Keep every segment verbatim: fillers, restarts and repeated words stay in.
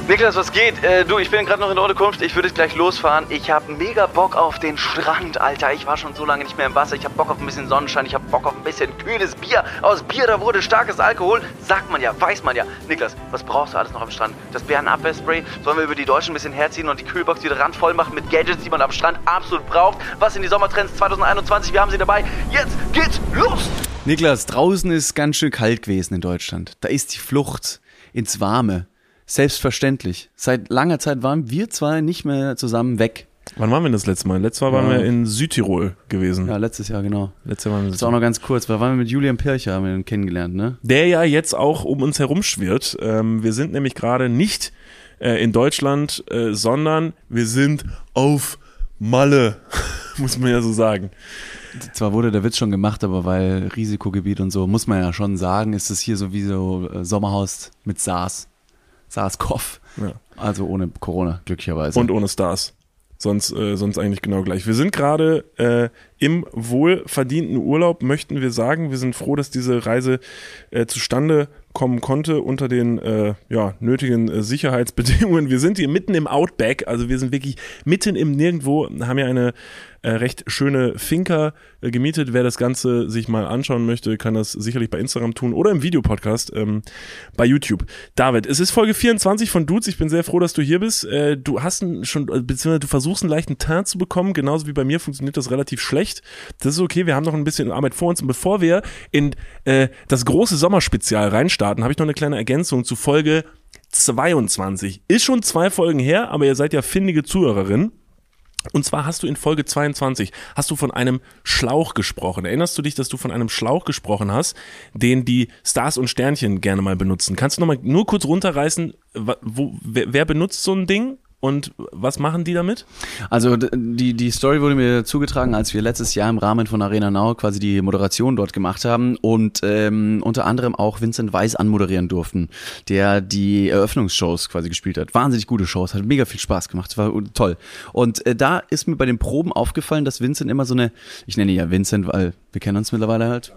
Niklas, was geht? Äh, du, ich bin gerade noch in der Unterkunft. Ich würde jetzt gleich losfahren. Ich habe mega Bock auf den Strand, Alter. Ich war schon so lange nicht mehr im Wasser. Ich habe Bock auf ein bisschen Sonnenschein. Ich habe Bock auf ein bisschen kühles Bier. Aus Bier, da wurde starkes Alkohol. Sagt man ja, weiß man ja. Niklas, was brauchst du alles noch am Strand? Das Bärenabwehrspray? Sollen wir über die Deutschen ein bisschen herziehen und die Kühlbox wieder randvoll machen mit Gadgets, die man am Strand absolut braucht? Was sind die Sommertrends zwanzig einundzwanzig? Wir haben sie dabei. Jetzt geht's los! Niklas, draußen ist ganz schön kalt gewesen in Deutschland. Da ist die Flucht ins Warme. Selbstverständlich. Seit langer Zeit waren wir zwei nicht mehr zusammen weg. Wann waren wir das letzte Mal? Letztes Mal waren ja. wir in Südtirol gewesen. Ja, letztes Jahr, genau. Letztes Jahr waren wir das ist auch noch ganz kurz. Da waren wir mit Julian Pircher, haben wir ihn kennengelernt, ne? Der ja jetzt auch um uns herum schwirrt. Ähm, wir sind nämlich gerade nicht äh, in Deutschland, äh, sondern wir sind auf Malle, muss man ja so sagen. Zwar wurde der Witz schon gemacht, aber weil Risikogebiet und so, muss man ja schon sagen, ist es hier so wie so äh, Sommerhaus mit SARS. SARS-CoV. Ja. Also ohne Corona, glücklicherweise. Und ohne Stars. Sonst, äh, sonst eigentlich genau gleich. Wir sind gerade äh, im wohlverdienten Urlaub, möchten wir sagen. Wir sind froh, dass diese Reise äh, zustande kommen konnte unter den äh, ja, nötigen äh, Sicherheitsbedingungen. Wir sind hier mitten im Outback, also wir sind wirklich mitten im Nirgendwo, haben ja eine äh, recht schöne Finca äh, gemietet. Wer das Ganze sich mal anschauen möchte, kann das sicherlich bei Instagram tun oder im Videopodcast ähm, bei YouTube. David, es ist Folge vierundzwanzig von Dudes. Ich bin sehr froh, dass du hier bist. Äh, du hast einen schon, beziehungsweise du versuchst einen leichten Teint zu bekommen, genauso wie bei mir funktioniert das relativ schlecht. Das ist okay, wir haben noch ein bisschen Arbeit vor uns und bevor wir in äh, das große Sommerspezial reinstarten, habe ich noch eine kleine Ergänzung zu Folge zweiundzwanzig. Ist schon zwei Folgen her, aber ihr seid ja findige Zuhörerinnen. Und zwar hast du in Folge zweiundzwanzig, hast du von einem Schlauch gesprochen. Erinnerst du dich, dass du von einem Schlauch gesprochen hast, den die Stars und Sternchen gerne mal benutzen? Kannst du nochmal nur kurz runterreißen, wo, wer, wer benutzt so ein Ding? Und was machen die damit? Also die, die Story wurde mir zugetragen, als wir letztes Jahr im Rahmen von Arena Now quasi die Moderation dort gemacht haben und ähm, unter anderem auch Vincent Weiss anmoderieren durften, der die Eröffnungsshows quasi gespielt hat. Wahnsinnig gute Shows, hat mega viel Spaß gemacht, war toll. Und äh, da ist mir bei den Proben aufgefallen, dass Vincent immer so eine, ich nenne ihn ja Vincent, weil wir kennen uns mittlerweile halt,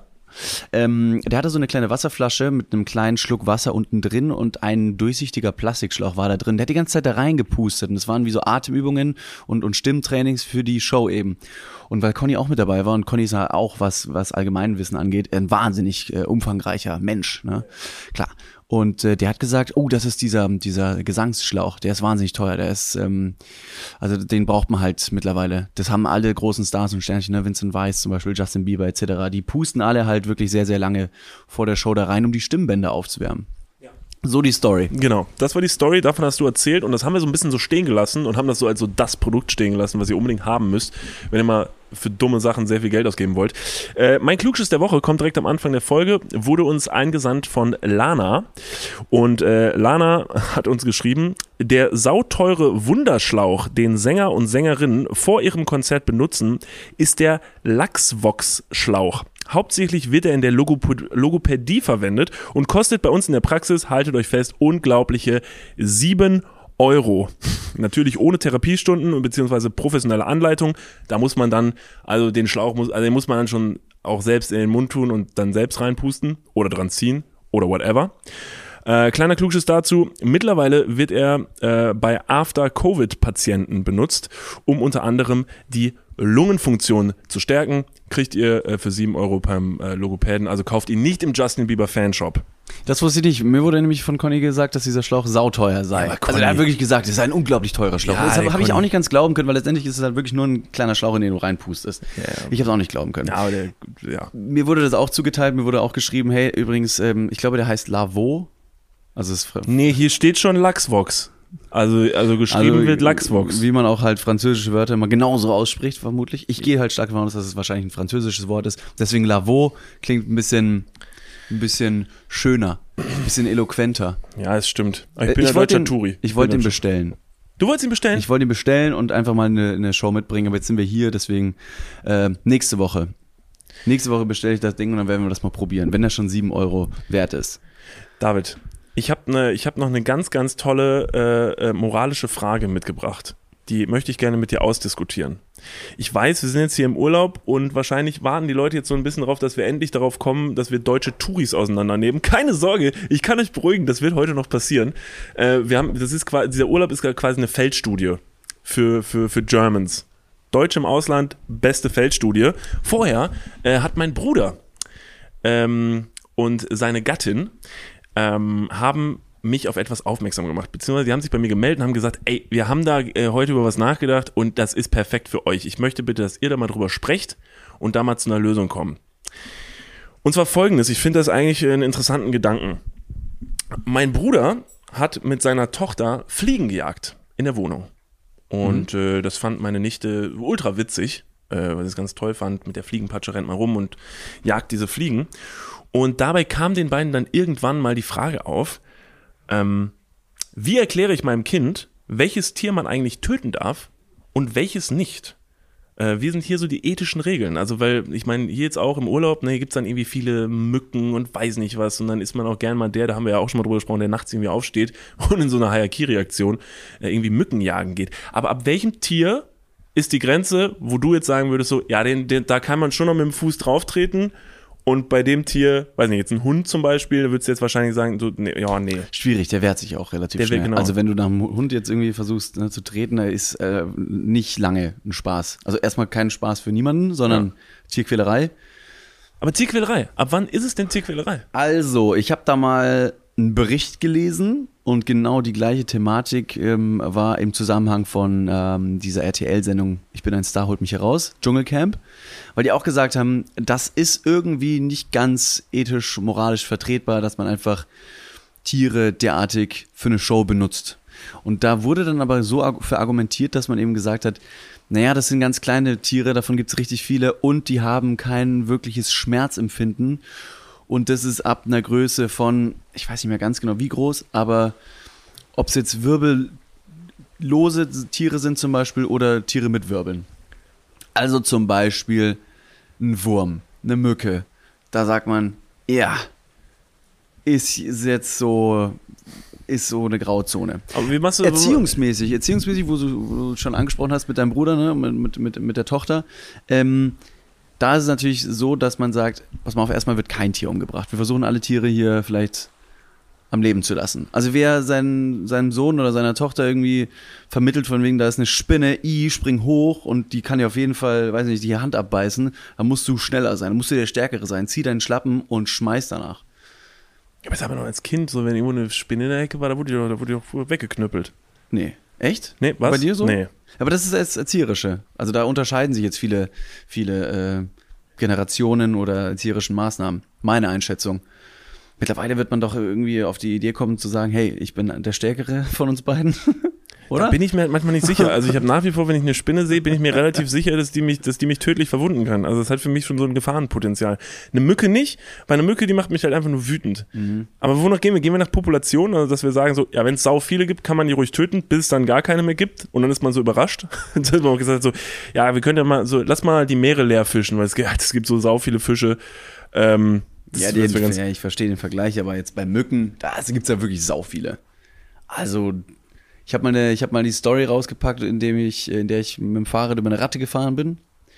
Ähm, der hatte so eine kleine Wasserflasche mit einem kleinen Schluck Wasser unten drin und ein durchsichtiger Plastikschlauch war da drin. Der hat die ganze Zeit da reingepustet und das waren wie so Atemübungen und, und Stimmtrainings für die Show eben. Und weil Conny auch mit dabei war und Conny ist ja auch, was, was Allgemeinwissen angeht, ein wahnsinnig äh, umfangreicher Mensch, ne? Klar. Und äh, der hat gesagt, oh, das ist dieser dieser Gesangsschlauch, der ist wahnsinnig teuer, der ist, ähm, also den braucht man halt mittlerweile. Das haben alle großen Stars und Sternchen, ne? Vincent Weiss zum Beispiel, Justin Bieber et cetera. Die pusten alle halt wirklich sehr, sehr lange vor der Show da rein, um die Stimmbänder aufzuwärmen. Ja. So die Story. Genau, das war die Story, davon hast du erzählt und das haben wir so ein bisschen so stehen gelassen und haben das so als so das Produkt stehen gelassen, was ihr unbedingt haben müsst, wenn ihr mal für dumme Sachen sehr viel Geld ausgeben wollt. Äh, mein Klugschiss der Woche kommt direkt am Anfang der Folge, wurde uns eingesandt von Lana und äh, Lana hat uns geschrieben, der sauteure Wunderschlauch, den Sänger und Sängerinnen vor ihrem Konzert benutzen, ist der Lachsvox-Schlauch. Hauptsächlich wird er in der Logop- Logopädie verwendet und kostet bei uns in der Praxis, haltet euch fest, unglaubliche sieben Euro. Natürlich ohne Therapiestunden bzw. professionelle Anleitung. Da muss man dann, also den Schlauch muss, also den muss man dann schon auch selbst in den Mund tun und dann selbst reinpusten oder dran ziehen oder whatever. Äh, kleiner Klugschiss dazu, mittlerweile wird er äh, bei After-Covid-Patienten benutzt, um unter anderem die Lungenfunktion zu stärken. Kriegt ihr äh, für sieben Euro beim äh, Logopäden, also kauft ihn nicht im Justin Bieber Fanshop. Das wusste ich nicht. Mir wurde nämlich von Conny gesagt, dass dieser Schlauch sauteuer sei. Ja, also er hat wirklich gesagt, es ist ein unglaublich teurer Schlauch. Ja, das habe hab ich auch nicht ganz glauben können, weil letztendlich ist es halt wirklich nur ein kleiner Schlauch, in den du reinpustest. Ja, ja. Ich habe es auch nicht glauben können. Ja, aber der, ja. Mir wurde das auch zugeteilt, mir wurde auch geschrieben, hey, übrigens, ähm, ich glaube, der heißt Lavaux. Also es ist nee, hier steht schon Lachsvox. Also, also geschrieben also, wird Lachsvox. Wie man auch halt französische Wörter immer genauso ausspricht, vermutlich. Ich gehe halt stark davon aus, dass es wahrscheinlich ein französisches Wort ist. Deswegen Lavaux klingt ein bisschen, ein bisschen schöner, ein bisschen eloquenter. Ja, es stimmt. Ich bin ich ja deutscher den, Touri. Ich wollte ihn bestellen. Du wolltest ihn bestellen? Ich wollte ihn bestellen und einfach mal eine, eine Show mitbringen, aber jetzt sind wir hier, deswegen äh, nächste Woche. Nächste Woche bestelle ich das Ding und dann werden wir das mal probieren, wenn er schon sieben Euro wert ist. David, ich habe ne, ich hab noch eine ganz, ganz tolle äh, äh, moralische Frage mitgebracht. Die möchte ich gerne mit dir ausdiskutieren. Ich weiß, wir sind jetzt hier im Urlaub und wahrscheinlich warten die Leute jetzt so ein bisschen darauf, dass wir endlich darauf kommen, dass wir deutsche Touris auseinandernehmen. Keine Sorge, ich kann euch beruhigen, das wird heute noch passieren. Äh, wir haben, das ist quasi, dieser Urlaub ist quasi eine Feldstudie für, für, für Germans. Deutsch im Ausland, beste Feldstudie. Vorher äh, hat mein Bruder ähm, und seine Gattin ähm, haben mich auf etwas aufmerksam gemacht, beziehungsweise die haben sich bei mir gemeldet und haben gesagt, ey, wir haben da äh, heute über was nachgedacht und das ist perfekt für euch. Ich möchte bitte, dass ihr da mal drüber sprecht und da mal zu einer Lösung kommen. Und zwar folgendes, ich finde das eigentlich einen interessanten Gedanken. Mein Bruder hat mit seiner Tochter Fliegen gejagt in der Wohnung und mhm. äh, das fand meine Nichte ultra witzig, äh, weil sie es ganz toll fand, mit der Fliegenpatsche rennt man rum und jagt diese Fliegen und dabei kam den beiden dann irgendwann mal die Frage auf, Ähm, wie erkläre ich meinem Kind, welches Tier man eigentlich töten darf und welches nicht? Äh, wie sind hier so die ethischen Regeln? Also, weil, ich meine, hier jetzt auch im Urlaub, ne, hier gibt es dann irgendwie viele Mücken und weiß nicht was und dann ist man auch gern mal der, da haben wir ja auch schon mal drüber gesprochen, der nachts irgendwie aufsteht und in so einer Hayaki-Reaktion äh, irgendwie Mücken jagen geht. Aber ab welchem Tier ist die Grenze, wo du jetzt sagen würdest, so, ja, den, den, da kann man schon noch mit dem Fuß drauf treten? Und bei dem Tier, weiß nicht, jetzt ein Hund zum Beispiel, da würdest du jetzt wahrscheinlich sagen, so, nee, ja, nee. Schwierig, der wehrt sich auch relativ der schnell. Will, genau. Also wenn du nach einem Hund jetzt irgendwie versuchst ne, zu treten, da ist äh, nicht lange ein Spaß. Also erstmal kein Spaß für niemanden, sondern ja. Tierquälerei. Aber Tierquälerei, ab wann ist es denn Tierquälerei? Also, ich habe da mal einen Bericht gelesen und genau die gleiche Thematik ähm, war im Zusammenhang von ähm, dieser R T L-Sendung Ich bin ein Star, holt mich heraus, Dschungelcamp, weil die auch gesagt haben, das ist irgendwie nicht ganz ethisch, moralisch vertretbar, dass man einfach Tiere derartig für eine Show benutzt. Und da wurde dann aber so verargumentiert, dass man eben gesagt hat, naja, das sind ganz kleine Tiere, davon gibt es richtig viele und die haben kein wirkliches Schmerzempfinden. Und das ist ab einer Größe von, ich weiß nicht mehr ganz genau wie groß, aber ob es jetzt wirbellose Tiere sind zum Beispiel oder Tiere mit Wirbeln. Also zum Beispiel ein Wurm, eine Mücke. Da sagt man, ja, ist jetzt so, ist so eine Grauzone. Aber wie machst du Erziehungsmäßig, erziehungsmäßig, wo du, wo du schon angesprochen hast mit deinem Bruder, ne, mit, mit, mit der Tochter, ähm, da ist es natürlich so, dass man sagt, pass mal auf, erstmal wird kein Tier umgebracht. Wir versuchen alle Tiere hier vielleicht am Leben zu lassen. Also wer seinen, seinem Sohn oder seiner Tochter irgendwie vermittelt von wegen, da ist eine Spinne, i, spring hoch und die kann dir auf jeden Fall, weiß nicht, die Hand abbeißen, dann musst du schneller sein, dann musst du der Stärkere sein. Zieh deinen Schlappen und schmeiß danach. Ja, aber das haben wir noch als Kind, so wenn irgendwo eine Spinne in der Ecke war, da wurde die doch, da wurde die doch weggeknüppelt. Nee. Echt? Nee, was? Bei dir so? Nee. Aber das ist das Erzieherische. Also da unterscheiden sich jetzt viele, viele äh, Generationen oder erzieherischen Maßnahmen. Meine Einschätzung. Mittlerweile wird man doch irgendwie auf die Idee kommen zu sagen, hey, ich bin der Stärkere von uns beiden. Oder? Da bin ich mir halt manchmal nicht sicher. Also ich habe nach wie vor, wenn ich eine Spinne sehe, bin ich mir relativ sicher, dass die mich, dass die mich tödlich verwunden kann. Also das hat für mich schon so ein Gefahrenpotenzial. Eine Mücke nicht, weil eine Mücke, die macht mich halt einfach nur wütend. Mhm. Aber wonach gehen wir? Gehen wir nach Population? Also dass wir sagen so, ja, wenn es sau viele gibt, kann man die ruhig töten, bis es dann gar keine mehr gibt. Und dann ist man so überrascht. Dann hat man auch gesagt so, ja, wir können ja mal so, lass mal die Meere leer fischen, weil es, es gibt so sau viele Fische. Ähm, ja, den, ganz ja, ich verstehe den Vergleich, aber jetzt bei Mücken, da gibt es ja wirklich sau viele. Also Ich habe mal, eine, ich hab mal die Story rausgepackt, in, dem ich, in der ich mit dem Fahrrad über eine Ratte gefahren bin.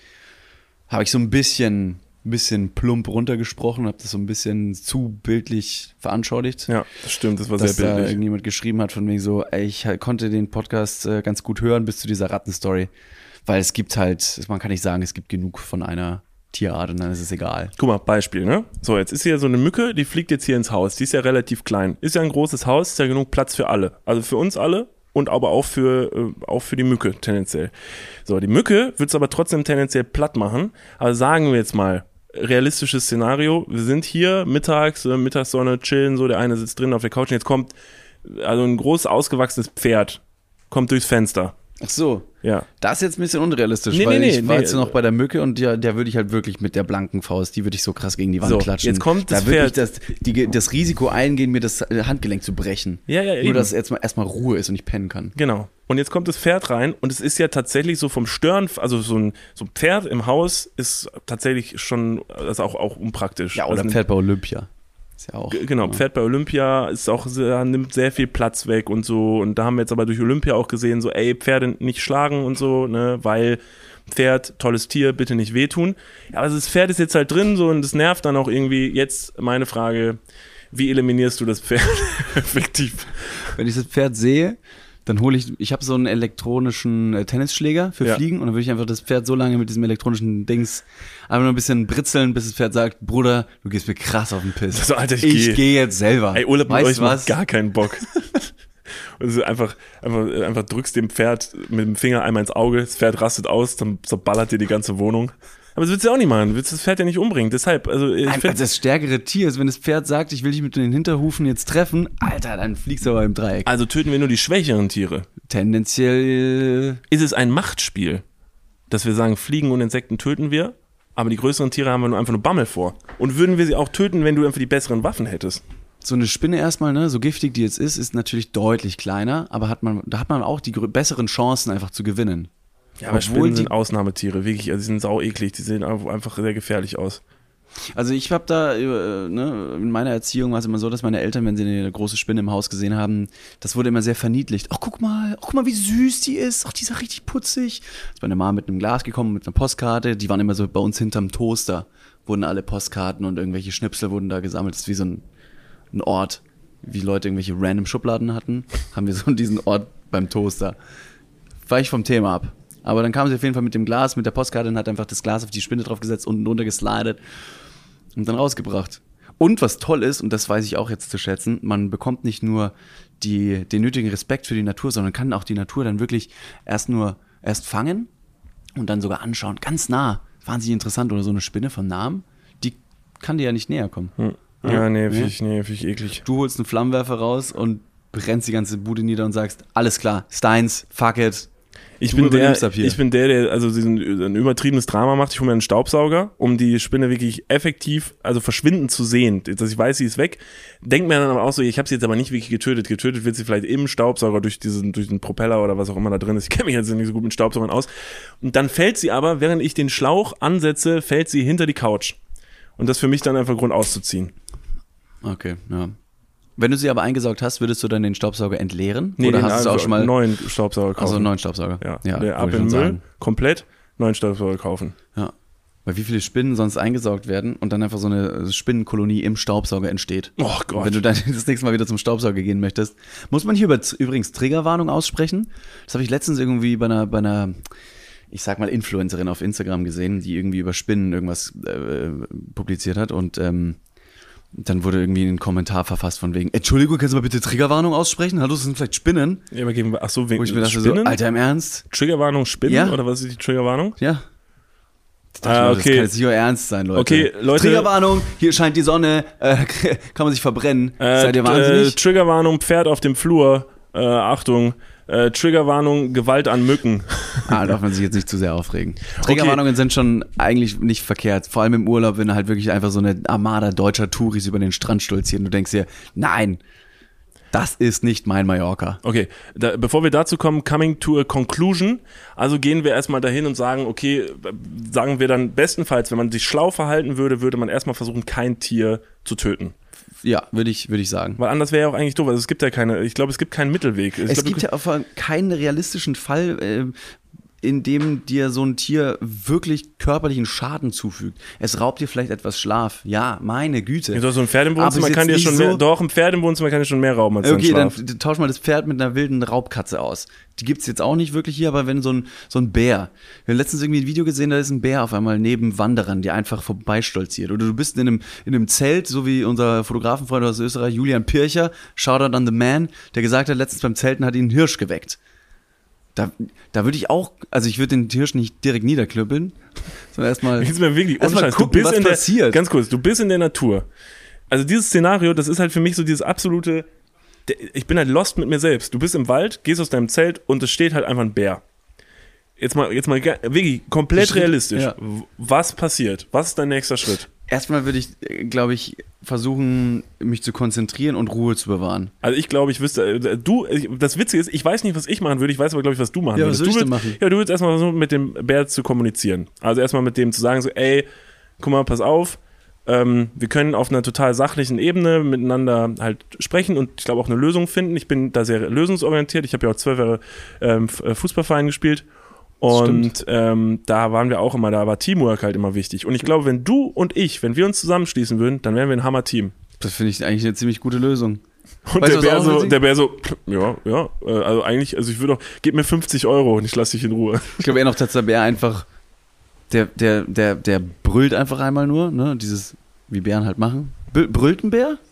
Habe ich so ein bisschen, bisschen plump runtergesprochen, habe das so ein bisschen zu bildlich veranschaulicht. Ja, das stimmt, das war dass sehr bildlich. Da irgendjemand geschrieben hat von wegen so, ey, ich konnte den Podcast äh, ganz gut hören bis zu dieser Rattenstory. Weil es gibt halt, man kann nicht sagen, es gibt genug von einer Tierart und dann ist es egal. Guck mal, Beispiel, ne? So, jetzt ist hier so eine Mücke, die fliegt jetzt hier ins Haus. Die ist ja relativ klein. Ist ja ein großes Haus, ist ja genug Platz für alle. Also für uns alle. Und aber auch für, äh, auch für die Mücke tendenziell. So, die Mücke wird es aber trotzdem tendenziell platt machen. Aber sagen wir jetzt mal, realistisches Szenario, wir sind hier mittags, äh, Mittagssonne, chillen, so, der eine sitzt drin auf der Couch und jetzt kommt also ein groß ausgewachsenes Pferd, kommt durchs Fenster. Ach so. Ja. Das ist jetzt ein bisschen unrealistisch, nee, weil nee, ich war nee, jetzt noch bei der Mücke und der, der würde ich halt wirklich mit der blanken Faust, die würde ich so krass gegen die Wand so, klatschen. Jetzt kommt das da würde ich Pferd. das, die, das Risiko eingehen, mir das Handgelenk zu brechen. Ja, ja, Nur, eben. dass jetzt mal erstmal Ruhe ist und ich pennen kann. Genau. Und jetzt kommt das Pferd rein und es ist ja tatsächlich so vom Stören, also so ein, so ein Pferd im Haus ist tatsächlich schon, das ist auch, auch unpraktisch. Ja, oder also, Pferd bei Olympia. Ist ja auch. Genau, ja. Pferd bei Olympia ist auch sehr, nimmt sehr viel Platz weg und so. Und da haben wir jetzt aber durch Olympia auch gesehen, so, ey, Pferde nicht schlagen und so, ne, weil Pferd, tolles Tier, bitte nicht wehtun. Ja, aber das Pferd ist jetzt halt drin so und das nervt dann auch irgendwie. Jetzt meine Frage, wie eliminierst du das Pferd effektiv? Wenn ich das Pferd sehe, dann hole ich, ich habe so einen elektronischen äh, Tennisschläger für Ja. Fliegen und dann würde ich einfach das Pferd so lange mit diesem elektronischen Dings einfach nur ein bisschen britzeln, bis das Pferd sagt, Bruder, du gehst mir krass auf den Piss. So, Alter, ich ich gehe. gehe jetzt selber. Ey, Urlaub mit weißt euch du macht was? gar keinen Bock. Und so einfach, einfach, einfach drückst dem Pferd mit dem Finger einmal ins Auge, das Pferd rastet aus, dann zerballert dir die ganze Wohnung. Aber das willst du auch nicht machen, du willst das Pferd ja nicht umbringen. Deshalb, also ich Ein, find, das stärkere Tier ist, wenn das Pferd sagt, ich will dich mit den Hinterhufen jetzt treffen, Alter, dann fliegst du aber im Dreieck. also töten wir nur die schwächeren Tiere. Tendenziell, Ist es ein Machtspiel, dass wir sagen, Fliegen und Insekten töten wir, aber die größeren Tiere haben wir nur einfach nur Bammel vor. Und würden wir sie auch töten, wenn du einfach die besseren Waffen hättest? so eine Spinne erstmal, ne, so giftig die jetzt ist, ist natürlich deutlich kleiner, aber hat man, da hat man auch die grö- besseren Chancen einfach zu gewinnen. Ja, aber Obwohl Spinnen die- sind Ausnahmetiere, wirklich, also die sind sau eklig, die sehen einfach sehr gefährlich aus. Also ich habe da, äh, ne, in meiner Erziehung war es immer so, dass meine Eltern, wenn sie eine große Spinne im Haus gesehen haben, das wurde immer sehr verniedlicht. Ach, guck mal, ach, guck mal, wie süß die ist. Ach, die ist ja richtig putzig. Ist meine Mama mit einem Glas gekommen, mit einer Postkarte. Die waren immer so bei uns hinterm Toaster. Wurden alle Postkarten und irgendwelche Schnipsel wurden da gesammelt. Das ist wie so ein, ein Ort, wie Leute irgendwelche random Schubladen hatten. Haben wir so diesen Ort beim Toaster. War ich vom Thema ab. Aber dann kam sie auf jeden Fall mit dem Glas, mit der Postkarte und hat einfach das Glas auf die Spinne drauf gesetzt, unten drunter geslidet und dann rausgebracht. Und was toll ist, und das weiß ich auch jetzt zu schätzen, man bekommt nicht nur die, den nötigen Respekt für die Natur, sondern kann auch die Natur dann wirklich erst nur erst fangen und dann sogar anschauen, ganz nah. Wahnsinnig interessant. Oder so eine Spinne von Namen, die kann dir ja nicht näher kommen. Hm. Ja, nee, finde ich, nee, find ich eklig. Du holst einen Flammenwerfer raus und brennst die ganze Bude nieder und sagst, alles klar, Steins, fuck it. Ich Du bin, der, übernimmst ab hier. ich bin der, der also diesen, ein übertriebenes Drama macht. Ich hole mir einen Staubsauger, um die Spinne wirklich effektiv, also verschwinden zu sehen. Dass ich weiß, sie ist weg. Denk mir dann aber auch so, ich habe sie jetzt aber nicht wirklich getötet. Getötet wird sie vielleicht im Staubsauger durch diesen, durch den Propeller oder was auch immer da drin ist. Ich kenne mich jetzt nicht so gut mit Staubsaugern aus. Und dann fällt sie aber, während ich den Schlauch ansetze, fällt sie hinter die Couch. Und das ist für mich dann einfach Grund auszuziehen. Okay, ja. Wenn du sie aber eingesaugt hast, würdest du dann den Staubsauger entleeren? Nee, Oder den hast du es auch also schon mal? einen neuen Staubsauger kaufen. Also einen neuen Staubsauger. Ja, ja der ab wollte ich in den schon Müll, sagen. komplett, neuen Staubsauger kaufen. Ja. Weil wie viele Spinnen sonst eingesaugt werden und dann einfach so eine Spinnenkolonie im Staubsauger entsteht. Oh Gott. Wenn du dann das nächste Mal wieder zum Staubsauger gehen möchtest. Muss man hier über, übrigens Triggerwarnung aussprechen? Das habe ich letztens irgendwie bei einer, bei einer, ich sag mal, Influencerin auf Instagram gesehen, die irgendwie über Spinnen irgendwas äh, publiziert hat und ähm, dann wurde irgendwie ein Kommentar verfasst von wegen, Entschuldigung, kannst du mal bitte Triggerwarnung aussprechen? Hallo, das sind vielleicht Spinnen? Ja, aber geben wir, ach so, wegen Wo ich mir dachte Spinnen? so, Alter, im Ernst? Triggerwarnung Spinnen Ja. oder was ist die Triggerwarnung? Ja. Ich dachte Ah, mal, okay. Das kann jetzt nicht euer Ernst sein, Leute. Okay, Leute- Triggerwarnung, hier scheint die Sonne, äh, kann man sich verbrennen. Äh, Seid ihr Äh, wahnsinnig? Triggerwarnung Pferd auf dem Flur. Äh, Achtung. Äh, Triggerwarnung Gewalt an Mücken. Ah, darf man sich jetzt nicht zu sehr aufregen. Triggerwarnungen sind schon eigentlich nicht verkehrt. Vor allem im Urlaub, wenn halt wirklich einfach so eine Armada deutscher Touris über den Strand stolzieren. Du denkst dir, nein, das ist nicht mein Mallorca. Okay, da, bevor wir dazu kommen, coming to a conclusion. Also gehen wir erstmal dahin und sagen, okay, sagen wir dann bestenfalls, wenn man sich schlau verhalten würde, würde man erstmal versuchen, kein Tier zu töten. Ja, würde ich, würde ich sagen. Weil anders wäre ja auch eigentlich doof. Also es gibt ja keine, ich glaube, es gibt keinen Mittelweg. Ich Es glaub, gibt ja auch keinen realistischen Fall, äh, in dem dir so ein Tier wirklich körperlichen Schaden zufügt. Es raubt dir vielleicht etwas Schlaf. Ja, meine Güte. Ja, so ein Pferd im Aber Wohnzimmer ist kann dir jetzt schon nicht mehr, so- doch, ein Pferd im Wohnzimmer kann dir schon mehr rauben als Okay, ein dann Schlaf. d- tausch mal das Pferd mit einer wilden Raubkatze aus. Die gibt's jetzt auch nicht wirklich hier, aber wenn so ein, so ein Bär. Wir haben letztens irgendwie ein Video gesehen, da ist ein Bär auf einmal neben Wanderern, die einfach vorbeistolziert. Oder du bist in einem, in einem Zelt, so wie unser Fotografenfreund aus Österreich, Julian Pircher, Shoutout on the man, der gesagt hat, letztens beim Zelten hat ihn ein Hirsch geweckt. Da, da würde ich auch, also ich würde den Hirsch nicht direkt niederklüppeln, sondern erstmal Jetzt mal wirklich, ohne erstmal Scheiß, gucken, du bist was in der, passiert. ganz kurz, du bist in der Natur. Also dieses Szenario, das ist halt für mich so dieses absolute, der- ich bin halt lost mit mir selbst. Du bist im Wald, gehst aus deinem Zelt und es steht halt einfach ein Bär. Jetzt mal, jetzt mal ga- wirklich komplett Schritt, realistisch. ja. W- Was passiert? Was ist dein nächster Schritt? Erstmal würde ich, glaube ich, versuchen, mich zu konzentrieren und Ruhe zu bewahren. Also ich glaube, ich wüsste, äh, du, ich- das Witzige ist, ich weiß nicht, was ich machen würde, ich weiß aber, glaube ich, was du machen Ja, was würdest. würd Du ich denn würdest- machen? Ja, du würdest erstmal versuchen, mit dem Bär zu kommunizieren. Also erstmal mit dem zu sagen, so, ey, guck mal, pass auf, ähm, wir können auf einer total sachlichen Ebene miteinander halt sprechen und ich glaube auch eine Lösung finden. Ich bin da sehr lösungsorientiert, ich habe ja auch zwölf Jahre ähm, F- äh, Fußballverein gespielt Und ähm, da waren wir auch immer, da war Teamwork halt immer wichtig. Und ich glaube, wenn du und ich, wenn wir uns zusammenschließen würden, dann wären wir ein Hammer-Team. Das finde ich eigentlich eine ziemlich gute Lösung. Und Weißt der du, was Bär auch so, witzig? der Bär so, ja, ja, äh, also eigentlich, also ich würde auch, gib mir fünfzig Euro und ich lasse dich in Ruhe. Ich glaube eher noch, dass der Bär einfach, der, der, der, der brüllt einfach einmal nur, ne, dieses, wie Bären halt machen. B- brüllt ein Bär?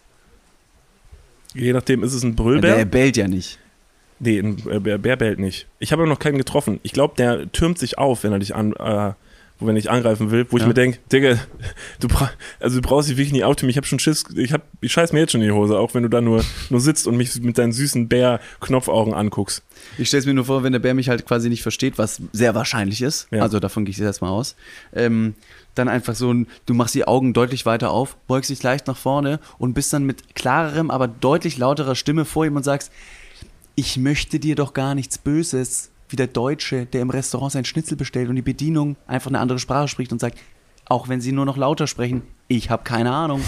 Je nachdem ist es ein Ja, Brüllbär. der bellt ja nicht. Nee, ein äh, Bär, Bär bellt nicht. Ich habe noch keinen getroffen. Ich glaube, der türmt sich auf, wenn er dich an, äh, wenn er dich angreifen will, wo ich Ja. mir denke, Digga, du, bra- also du brauchst dich wirklich nicht auftürmen. Ich habe schon Schiss, ich, hab, ich scheiß mir jetzt schon in die Hose, auch wenn du da nur, nur sitzt und mich mit deinen süßen Bär-Knopfaugen anguckst. Ich stelle es mir nur vor, wenn der Bär mich halt quasi nicht versteht, was sehr wahrscheinlich ist, Ja. also davon gehe ich jetzt erstmal aus, ähm, dann einfach so ein, du machst die Augen deutlich weiter auf, beugst dich leicht nach vorne und bist dann mit klarerem, aber deutlich lauterer Stimme vor ihm und sagst, ich möchte dir doch gar nichts Böses, wie der Deutsche, der im Restaurant sein Schnitzel bestellt und die Bedienung einfach eine andere Sprache spricht und sagt, auch wenn sie nur noch lauter sprechen, ich habe keine Ahnung.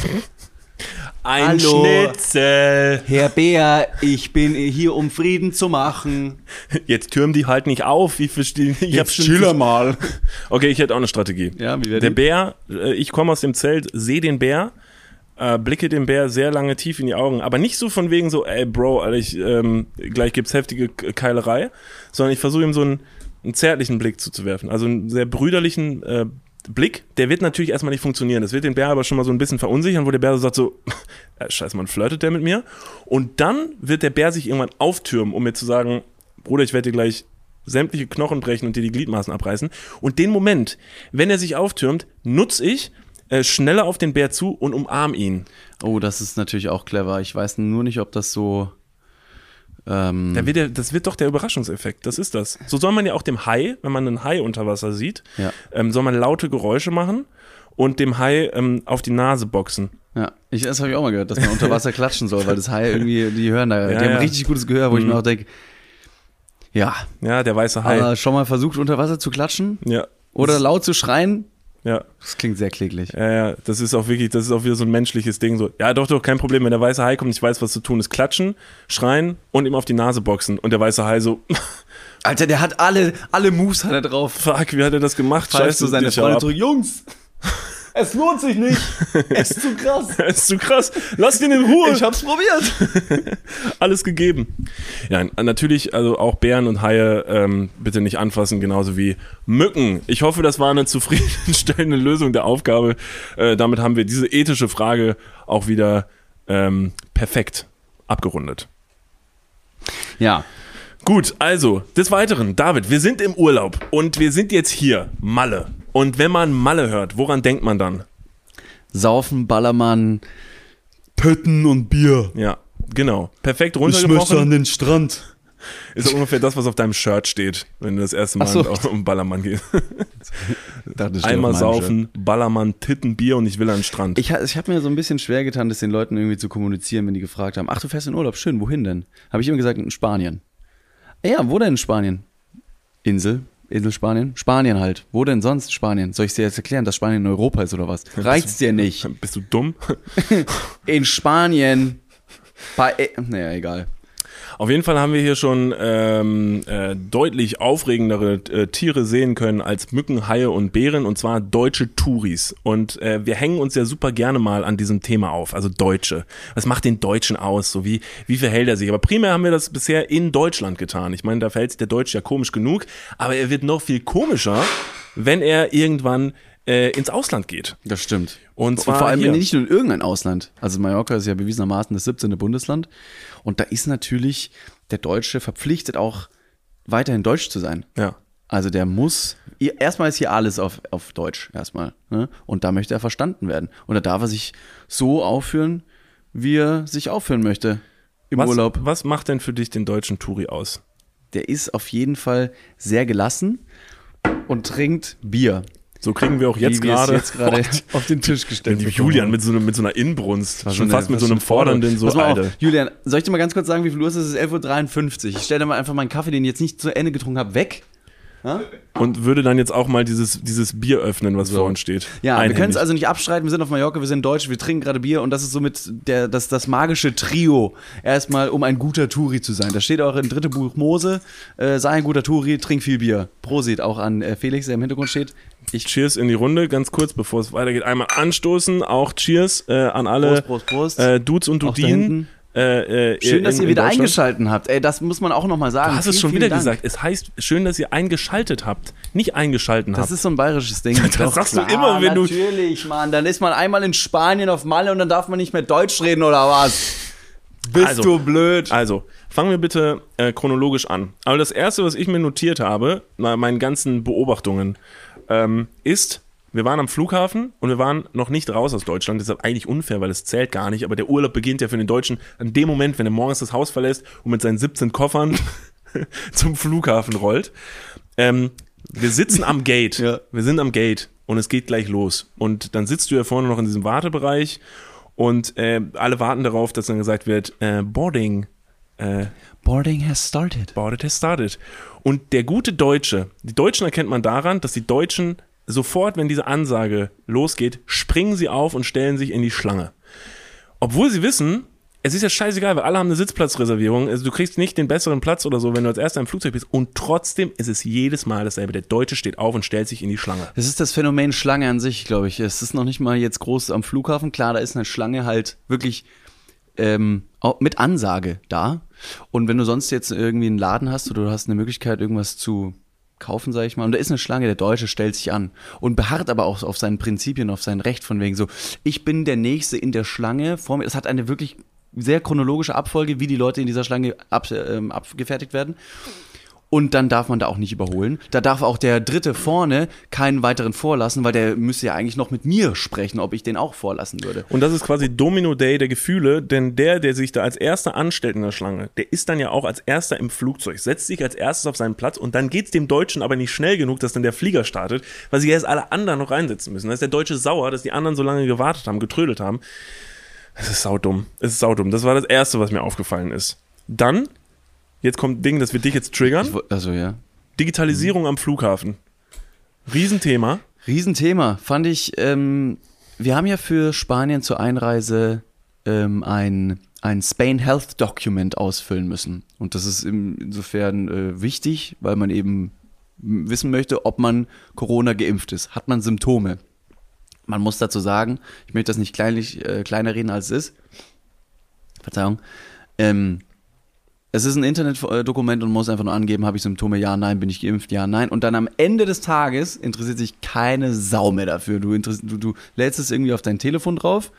Ein Hallo. Schnitzel. Herr Bär, ich bin hier, um Frieden zu machen. Jetzt türm die halt nicht auf. Ich verstehe. Ich hab schon- mal. Okay, ich hätte auch eine Strategie. Ja, wie wäre Der die? Bär, äh, ich komme aus dem Zelt, sehe den Bär, äh, blicke dem Bär sehr lange tief in die Augen, aber nicht so von wegen so, ey Bro, Alter, ich, ähm, gleich gibt's heftige K- Keilerei, sondern ich versuche ihm so einen, einen zärtlichen Blick zuzuwerfen, also einen sehr brüderlichen äh, Blick. Der wird natürlich erstmal nicht funktionieren, das wird den Bär aber schon mal so ein bisschen verunsichern, wo der Bär so sagt so, äh, scheiße, man flirtet der mit mir? Und dann wird der Bär sich irgendwann auftürmen, um mir zu sagen, Bruder, ich werde dir gleich sämtliche Knochen brechen und dir die Gliedmaßen abreißen. Und den Moment, wenn er sich auftürmt, nutze ich äh, schneller auf den Bär zu und umarm ihn. Oh, das ist natürlich auch clever. Ich weiß nur nicht, ob das so. Ähm, Da wird der, das wird doch der Überraschungseffekt, das ist das. So soll man ja auch dem Hai, wenn man einen Hai unter Wasser sieht, Ja. ähm, soll man laute Geräusche machen und dem Hai ähm, auf die Nase boxen. ja, ich, das habe ich auch mal gehört, dass man unter Wasser klatschen soll, weil das Hai irgendwie, die hören da, Ja, die haben ja. richtig gutes Gehör, wo ich Mhm. mir auch denke, ja, Ja, der weiße Hai. aber schon mal versucht, unter Wasser zu klatschen ja. oder Das- laut zu schreien? Ja. Das klingt sehr kläglich. Ja, ja, das ist auch wirklich, das ist auch wieder so ein menschliches Ding. So, ja, doch, doch, kein Problem. Wenn der weiße Hai kommt, ich weiß, was zu tun ist. Klatschen, schreien und ihm auf die Nase boxen. Und der weiße Hai so, Alter, der hat alle, alle Moves hat er drauf. fuck, wie hat er das gemacht? Pfeift so seine dich Freunde ab. zurück. Jungs, es lohnt sich nicht. Es ist zu krass. Das ist zu krass. Lass ihn in Ruhe. Ich hab's probiert. Alles gegeben. Ja, natürlich, also auch Bären und Haie ähm, bitte nicht anfassen, genauso wie Mücken. Ich hoffe, das war eine zufriedenstellende Lösung der Aufgabe. Äh, damit haben wir diese ethische Frage auch wieder ähm, perfekt abgerundet. Ja, Gut, also, des Weiteren, David, wir sind im Urlaub und wir sind jetzt hier, Malle. Und wenn man Malle hört, woran denkt man dann? Saufen, Ballermann, Pötten und Bier. Ja, genau. Perfekt runtergebrochen. den Strand. Ist auch ungefähr das, was auf deinem Shirt steht, wenn du das erste Mal Ach so. auf um Ballermann gehst. Dachte, das steht Einmal auf meinem saufen, Ballermann, Titten, Bier und ich will an den Strand. Ich, ha- ich habe mir so ein bisschen schwer getan, das den Leuten irgendwie zu kommunizieren, wenn die gefragt haben, ach, du fährst in Urlaub, schön, wohin denn? Habe ich immer gesagt, in Spanien. Ja, wo denn in Spanien? Insel, Insel Spanien? Spanien halt. Wo denn sonst Spanien? Soll ich dir jetzt erklären, dass Spanien in Europa ist oder was? Reicht's dir nicht? Bist du dumm? In Spanien. Bei, äh, naja, egal. Auf jeden Fall haben wir hier schon ähm, äh, deutlich aufregendere äh, Tiere sehen können als Mücken, Haie und Bären, und zwar deutsche Touris. Und äh, wir hängen uns ja super gerne mal an diesem Thema auf, also Deutsche. Was macht den Deutschen aus? So wie, wie verhält er sich? Aber primär haben wir das bisher in Deutschland getan. Ich meine, da verhält sich der Deutsche ja komisch genug, aber er wird noch viel komischer, wenn er irgendwann äh, ins Ausland geht. Das stimmt. Und zwar vor allem hier. nicht nur in irgendein Ausland. Also Mallorca ist ja bewiesenermaßen das siebzehnte Bundesland. Und da ist natürlich der Deutsche verpflichtet, auch weiterhin Deutsch zu sein. Ja. Also der muss, erstmal ist hier alles auf, auf Deutsch erstmal. Ne? Und da möchte er verstanden werden. Und da darf er sich so aufführen, wie er sich aufführen möchte im Was, Urlaub. was macht denn für dich den deutschen Touri aus? Der ist auf jeden Fall sehr gelassen und trinkt Bier. So kriegen wir auch jetzt Wie wir es gerade jetzt gerade auf den Tisch gestellt die bekommen Julian haben. mit so, einer- mit so einer Inbrunst, War schon eine- fast mit war so einem schon fordernd. fordernden, so, Pass mal auf, Alter. Julian, soll ich dir mal ganz kurz sagen, wie viel Uhr es ist? Es ist elf Uhr dreiundfünfzig. Ich stelle dir mal einfach meinen Kaffee, den ich jetzt nicht zu Ende getrunken habe, weg. Ha? Und würde dann jetzt auch mal dieses, dieses Bier öffnen, was So. vor uns steht. Ja, wir Einhändig. können es also nicht abstreiten, wir sind auf Mallorca, wir sind Deutsch, wir trinken gerade Bier und das ist somit der, das, das magische Trio, erstmal um ein guter Touri zu sein. Das steht auch im dritten Buch Mose, äh, sei ein guter Touri, trink viel Bier. Prosit auch an äh, Felix, der im Hintergrund steht. Ich Cheers in die Runde, ganz kurz, bevor es weitergeht. Einmal anstoßen, auch Cheers äh, an alle Prost, Prost, Prost. Äh, Dudes und Auch da Dudinen. hinten. Äh, äh, Schön, dass in, ihr in wieder Deutschland. eingeschalten habt. Ey, das muss man auch nochmal sagen. Du hast es Vielen, schon vielen wieder Dank. gesagt. Es heißt, schön, dass ihr eingeschaltet habt. Nicht eingeschalten Das habt. ist so ein bayerisches Ding. Das Doch, sagst du klar, immer, wenn du- Natürlich, Mann. Dann ist man einmal in Spanien auf Malle und dann darf man nicht mehr Deutsch reden, oder was? Bist Also, du blöd? Also, fangen wir bitte äh, chronologisch an. Aber das Erste, was ich mir notiert habe, nach meinen ganzen Beobachtungen, ähm, ist, wir waren am Flughafen und wir waren noch nicht raus aus Deutschland. Das ist eigentlich unfair, weil es zählt gar nicht. Aber der Urlaub beginnt ja für den Deutschen an dem Moment, wenn er morgens das Haus verlässt und mit seinen siebzehn Koffern zum Flughafen rollt. Ähm, wir sitzen am Gate. Ja. Wir sind am Gate und es geht gleich los. Und dann sitzt du ja vorne noch in diesem Wartebereich und äh, alle warten darauf, dass dann gesagt wird, äh, Boarding, äh, Boarding has started. Boarded has started. Und der gute Deutsche, die Deutschen erkennt man daran, dass die Deutschen sofort, wenn diese Ansage losgeht, springen sie auf und stellen sich in die Schlange. Obwohl sie wissen, es ist ja scheißegal, weil alle haben eine Sitzplatzreservierung. Also du kriegst nicht den besseren Platz oder so, wenn du als Erster im Flugzeug bist. Und trotzdem ist es jedes Mal dasselbe. Der Deutsche steht auf und stellt sich in die Schlange. Das ist das Phänomen Schlange an sich, glaube ich. Es ist noch nicht mal jetzt groß am Flughafen. Klar, da ist eine Schlange halt wirklich ähm, auch mit Ansage da. Und wenn du sonst jetzt irgendwie einen Laden hast oder du hast eine Möglichkeit, irgendwas zu kaufen, sage ich mal, und da ist eine Schlange, der Deutsche stellt sich an und beharrt aber auch auf seinen Prinzipien, auf sein Recht, von wegen so, ich bin der Nächste in der Schlange vor mir. Es hat eine wirklich sehr chronologische Abfolge, wie die Leute in dieser Schlange ab, ähm, abgefertigt werden. Und dann darf man da auch nicht überholen. Da darf auch der Dritte vorne keinen weiteren vorlassen, weil der müsste ja eigentlich noch mit mir sprechen, ob ich den auch vorlassen würde. Und das ist quasi Domino Day der Gefühle, denn der, der sich da als Erster anstellt in der Schlange, der ist dann ja auch als Erster im Flugzeug, setzt sich als Erstes auf seinen Platz und dann geht's dem Deutschen aber nicht schnell genug, dass dann der Flieger startet, weil sich erst alle anderen noch reinsetzen müssen. Da ist der Deutsche sauer, dass die anderen so lange gewartet haben, getrödelt haben. Das ist saudumm. Es ist saudumm. Das war das Erste, was mir aufgefallen ist. Dann, jetzt kommt ein Ding, das wird dich jetzt triggern. Ich wo- Also ja. Digitalisierung am Flughafen. Riesenthema. Riesenthema, fand ich. Ähm, wir haben ja für Spanien zur Einreise ähm, ein, ein Spain Health Document ausfüllen müssen. Und das ist im, insofern äh, wichtig, weil man eben wissen möchte, ob man Corona geimpft ist. Hat man Symptome? Man muss dazu sagen, ich möchte das nicht kleinlich, äh, kleiner reden, als es ist. Verzeihung. Ähm, es ist ein Internetdokument und muss einfach nur angeben, habe ich Symptome, ja, nein, bin ich geimpft, ja, nein. Und dann am Ende des Tages interessiert sich keine Sau mehr dafür. Du, interess- du, du lädst es irgendwie auf dein Telefon drauf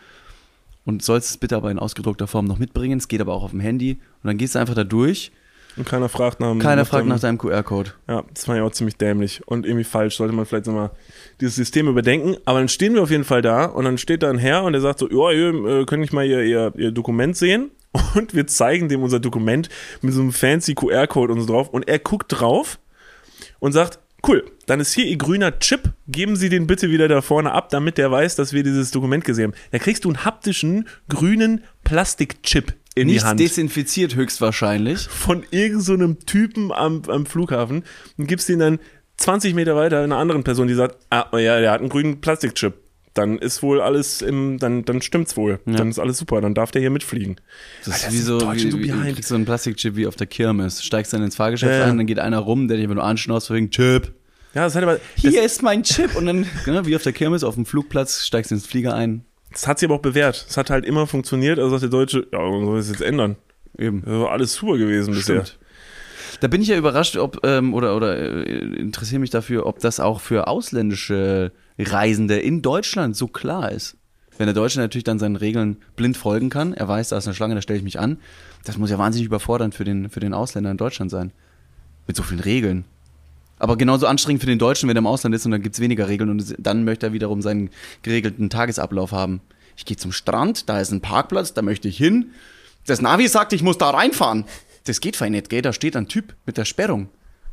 und sollst es bitte aber in ausgedruckter Form noch mitbringen. Es geht aber auch auf dem Handy. Und dann gehst du einfach da durch. Und keiner fragt nach dem... Keiner nach fragt dem- nach deinem Q R-Code. Ja, das fand ich auch ziemlich dämlich und irgendwie falsch. Sollte man vielleicht nochmal dieses System überdenken. Aber dann stehen wir auf jeden Fall da und dann steht da ein Herr und der sagt so, ja, ihr äh, könnt nicht mal ihr, ihr, ihr Dokument sehen? Und wir zeigen dem unser Dokument mit so einem fancy Q R-Code und so drauf. Und er guckt drauf und sagt, cool, dann ist hier Ihr grüner Chip. Geben Sie den bitte wieder da vorne ab, damit der weiß, dass wir dieses Dokument gesehen haben. Da kriegst du einen haptischen, grünen Plastikchip in die Nichts Hand. desinfiziert höchstwahrscheinlich. Von irgend so einem Typen am, am Flughafen und gibst ihn dann zwanzig Meter weiter einer anderen Person, die sagt, ah, oh ja, der hat einen grünen Plastikchip. Dann ist wohl alles im, dann, dann stimmt's wohl. Ja. Dann ist alles super, dann darf der hier mitfliegen. Das ist Alter, wie das so, ist Deutschland wie, so wie, du behind. kriegst so einen Plastikchip wie auf der Kirmes. Steigst dann ins Fahrgeschäft Ja, ja. ein, dann geht einer rum, der dich einfach nur anschnauzt, wegen Chip. Ja, das hat aber, Hier das, ist mein Chip. Und dann, ja, wie auf der Kirmes, auf dem Flugplatz, steigst ins Flieger ein. das hat sich aber auch bewährt. Es hat halt immer funktioniert, also sagt der Deutsche, ja, warum soll ich das jetzt ändern? Eben. Das war alles super gewesen bisher. Stimmt. Da bin ich ja überrascht, ob, ähm, oder, oder äh, interessiere mich dafür, ob das auch für ausländische Reisende in Deutschland so klar ist. Wenn der Deutsche natürlich dann seinen Regeln blind folgen kann, er weiß, da ist eine Schlange, da stelle ich mich an, das muss ja wahnsinnig überfordernd für den, für den Ausländer in Deutschland sein. Mit so vielen Regeln. Aber genauso anstrengend für den Deutschen, wenn er im Ausland ist und dann gibt es weniger Regeln und dann möchte er wiederum seinen geregelten Tagesablauf haben. Ich gehe zum Strand, da ist ein Parkplatz, da möchte ich hin. Das Navi sagt, ich muss da reinfahren. Das geht fein nicht, gell? Da steht ein Typ mit der Sperrung.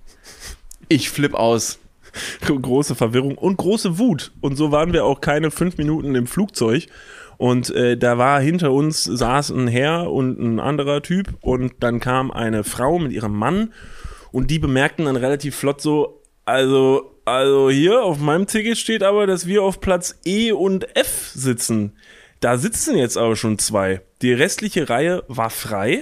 Ich flipp aus. Große Verwirrung und große Wut. Und so waren wir auch keine fünf Minuten im Flugzeug. Und äh, da war hinter uns, saß ein Herr und ein anderer Typ. Und dann kam eine Frau mit ihrem Mann. Und die bemerkten dann relativ flott so, Also, also hier auf meinem Ticket steht aber, dass wir auf Platz E und F sitzen. Da sitzen jetzt aber schon zwei. Die restliche Reihe war frei.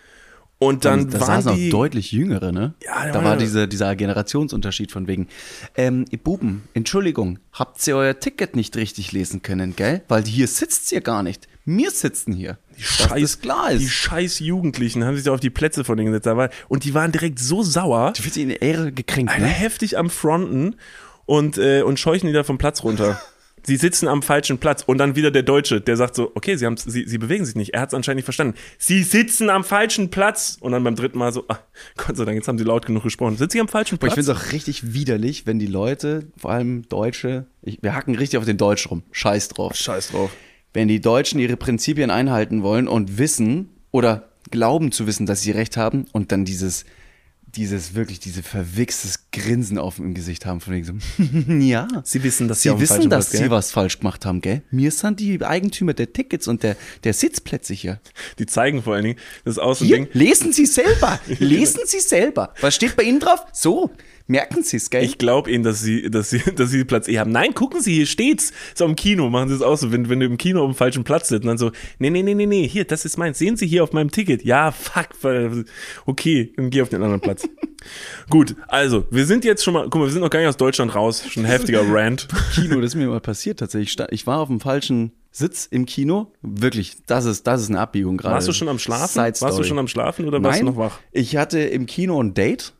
Und dann da waren saßen die auch deutlich Jüngere, ne? Ja, da ja, war ja. diese, dieser Generationsunterschied von wegen. Ähm, ihr Buben, Entschuldigung, habt ihr euer Ticket nicht richtig lesen können, gell? Weil hier sitzt ihr gar nicht. Wir sitzen hier. Die dass scheiß, das klar ist. Die scheiß Jugendlichen haben sich da auf die Plätze von denen gesetzt. Da war- Und die waren direkt so sauer, Du wirst in der Ehre gekränkt, Alter, ne? heftig am Fronten und, äh, und scheuchen die da vom Platz runter. Sie sitzen am falschen Platz. Und dann wieder der Deutsche, der sagt so, okay, sie, haben's, sie, sie bewegen sich nicht. Er hat es anscheinend nicht verstanden. Sie sitzen am falschen Platz. Und dann beim dritten Mal so, ach, Gott sei Dank, jetzt haben sie laut genug gesprochen. Sitzen sie am falschen Aber Platz? ich finde es auch richtig widerlich, wenn die Leute, vor allem Deutsche, ich, wir hacken richtig auf den Deutsch rum. Scheiß drauf. Scheiß drauf. Wenn die Deutschen ihre Prinzipien einhalten wollen und wissen oder glauben zu wissen, dass sie recht haben und dann dieses, dieses wirklich, diese verwichstes Grinsen auf dem Gesicht haben, von wegen so, ja. Sie wissen, dass sie, Sie auf dem wissen, falschen dass Platz, sie gell? was falsch gemacht haben, gell? Wir sind die Eigentümer der Tickets und der, der Sitzplätze hier. Die zeigen vor allen Dingen, das ist auch so ein Hier, Ding. lesen Sie selber. Lesen Sie selber. Was steht bei Ihnen drauf? So, merken Sie es, gell? Ich glaube ihnen, dass sie, dass, sie, dass sie Platz E haben. Nein, gucken Sie, hier steht's. So im Kino machen sie es auch so, wenn, wenn du im Kino auf dem falschen Platz sitzt und dann so, nee, nee, nee, nee, nee, hier, das ist meins. Sehen Sie hier auf meinem Ticket. Ja, fuck. Okay, dann geh auf den anderen Platz. Gut, also, wir sind jetzt schon mal, guck mal, wir sind noch gar nicht aus Deutschland raus. Schon ein heftiger Rant. Kino, das ist mir mal passiert tatsächlich. Ich sta- Ich war auf dem falschen Sitz im Kino. Wirklich, das ist, das ist eine Abbiegung gerade. Warst du schon am Schlafen? Side Warst du Story. schon am Schlafen oder warst Nein, du noch wach? ich hatte im Kino ein Date.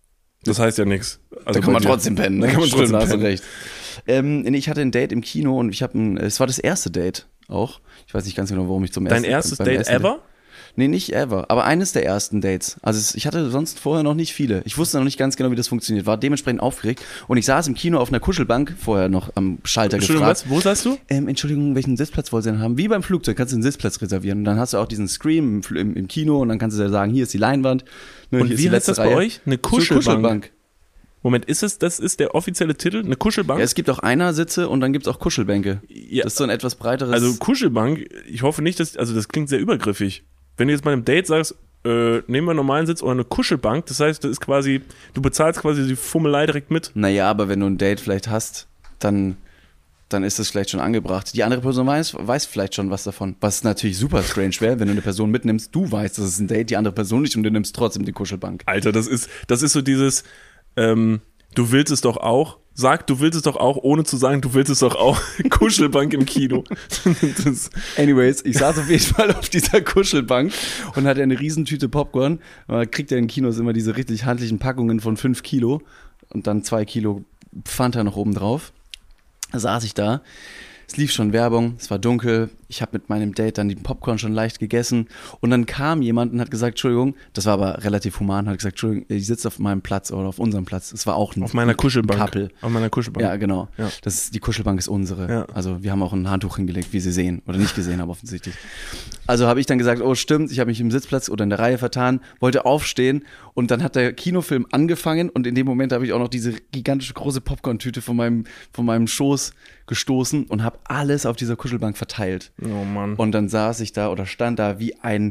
Das heißt ja nichts. Also Da kann man bei dir. trotzdem pennen, ne? Da kann man Stimmt, trotzdem da hast du pennen. recht. Ähm, nee, ich hatte ein Date im Kino und ich habe ein, es war das erste Date auch. Ich weiß nicht ganz genau, warum ich zum ersten Dein erstes beim Date ersten ever? Nee, nicht ever, aber eines der ersten Dates. Also es, ich hatte sonst vorher noch nicht viele. Ich wusste noch nicht ganz genau, wie das funktioniert. War dementsprechend aufgeregt und ich saß im Kino auf einer Kuschelbank, vorher noch am Schalter Entschuldigung, gefragt. was? Wo saßt du? Ähm, Entschuldigung, welchen Sitzplatz wollt ihr denn haben? Wie beim Flugzeug, kannst du einen Sitzplatz reservieren. Und dann hast du auch diesen Screen im, Fl- im, im Kino und dann kannst du dir sagen, hier ist die Leinwand. Ne, Und hier ist wie die heißt letzte das bei Reihe. euch? Eine So, Kuschelbank. Moment, ist es, das ist der offizielle Titel? Eine Kuschelbank? Ja, es gibt auch Einersitze und dann gibt es auch Kuschelbänke. Ja. Das ist so ein etwas breiteres. Also Kuschelbank, ich hoffe nicht, dass, also das klingt sehr übergriffig. Wenn du jetzt bei einem Date sagst, äh, nehmen wir einen normalen Sitz oder eine Kuschelbank, das heißt, das ist quasi, du bezahlst quasi die Fummelei direkt mit. naja, aber wenn du ein Date vielleicht hast, dann, dann ist das vielleicht schon angebracht. Die andere Person weiß, weiß vielleicht schon was davon. Was natürlich super strange wäre, wenn du eine Person mitnimmst, du weißt, das ist ein Date, die andere Person nicht und du nimmst trotzdem die Kuschelbank. Alter, das ist, das ist so dieses, ähm, du willst es doch auch. Sag, du willst es doch auch, ohne zu sagen, du willst es doch auch. Kuschelbank im Kino. Das, Anyways, ich saß auf jeden Fall auf dieser Kuschelbank und hatte eine Riesentüte Popcorn. Man kriegt ja in Kinos immer diese richtig handlichen Packungen von fünf Kilo und dann zwei Kilo Fanta noch oben drauf. Da saß ich da. Es lief schon Werbung, es war dunkel, ich habe mit meinem Date dann den Popcorn schon leicht gegessen und dann kam jemand und hat gesagt, Entschuldigung, das war aber relativ human, hat gesagt, Entschuldigung, ich sitze auf meinem Platz oder auf unserem Platz. Es war auch ein auf meiner Kuschelbank. Couple. Auf meiner Kuschelbank. Ja, genau. Ja. Das ist, die Kuschelbank ist unsere. Ja. Also wir haben auch ein Handtuch hingelegt, wie Sie sehen. Oder nicht gesehen haben offensichtlich. Also habe ich dann gesagt, oh stimmt, ich habe mich im Sitzplatz oder in der Reihe vertan, wollte aufstehen und dann hat der Kinofilm angefangen und in dem Moment habe ich auch noch diese gigantische große Popcorn-Tüte von meinem, von meinem Schoß gestoßen und habe alles auf dieser Kuschelbank verteilt. Oh Mann. Und dann saß ich da oder stand da wie ein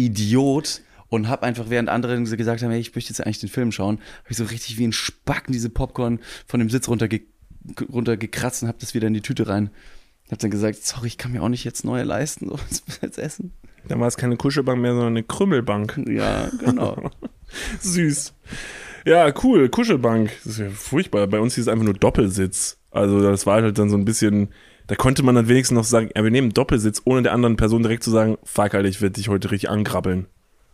Idiot und habe einfach, während andere gesagt haben, hey, ich möchte jetzt eigentlich den Film schauen, habe ich so richtig wie ein Spacken diese Popcorn von dem Sitz runterge runtergekratzt und habe das wieder in die Tüte rein. Habe dann gesagt, sorry, ich kann mir auch nicht jetzt neue leisten, so jetzt essen. Dann war es keine Kuschelbank mehr, sondern eine Krümmelbank. Ja, genau. Süß. Ja, cool, Kuschelbank. Das ist ja furchtbar. Bei uns hieß es einfach nur Doppelsitz. Also das war halt dann so ein bisschen, da konnte man dann wenigstens noch sagen, ja, wir nehmen einen Doppelsitz, ohne der anderen Person direkt zu sagen, fuck, Alter, ich werde dich heute richtig angrabbeln.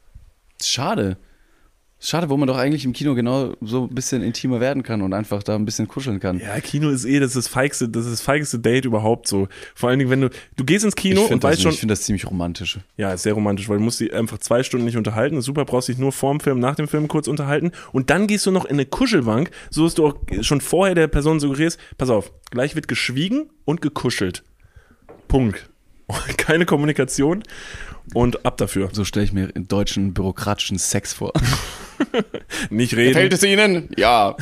Schade. Schade, wo man doch eigentlich im Kino genau so ein bisschen intimer werden kann und einfach da ein bisschen kuscheln kann. Ja, Kino ist eh das, ist das feigste, das ist das feigste Date überhaupt so. Vor allen Dingen, wenn du, du gehst ins Kino ich und finde das, weißt schon, ich find das ziemlich romantisch. ja, ist sehr romantisch, weil du musst dich einfach zwei Stunden nicht unterhalten. Das ist super, brauchst dich nur vorm Film, nach dem Film kurz unterhalten. Und dann gehst du noch in eine Kuschelbank, so dass du auch schon vorher der Person suggerierst, pass auf, gleich wird geschwiegen und gekuschelt. Punkt. Keine Kommunikation und ab dafür. So stelle ich mir in deutschen bürokratischen Sex vor. Nicht reden. Gefällt es Ihnen? Ja.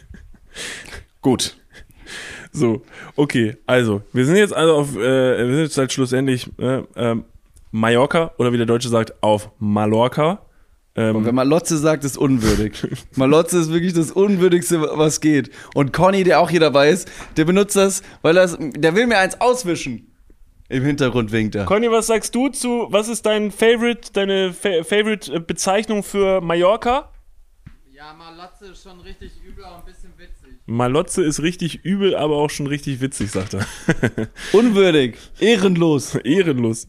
Gut. So, okay, also, wir sind jetzt also auf, äh, wir sind jetzt halt schlussendlich äh, äh, Mallorca, oder wie der Deutsche sagt, auf Mallorca. Ähm, Und wenn Malotze sagt, ist unwürdig. Malotze ist wirklich das Unwürdigste, was geht. Und Conny, der auch hier dabei ist, der benutzt das, weil er, der will mir eins auswischen. Im Hintergrund winkt er. Conny, was sagst du zu, was ist dein Favorite, deine Fa- Favorite-Bezeichnung für Mallorca? Ja, Malotze ist schon richtig übel, aber ein bisschen witzig. Malotze ist richtig übel, aber auch schon richtig witzig, sagt er. Unwürdig. Ehrenlos. Ehrenlos.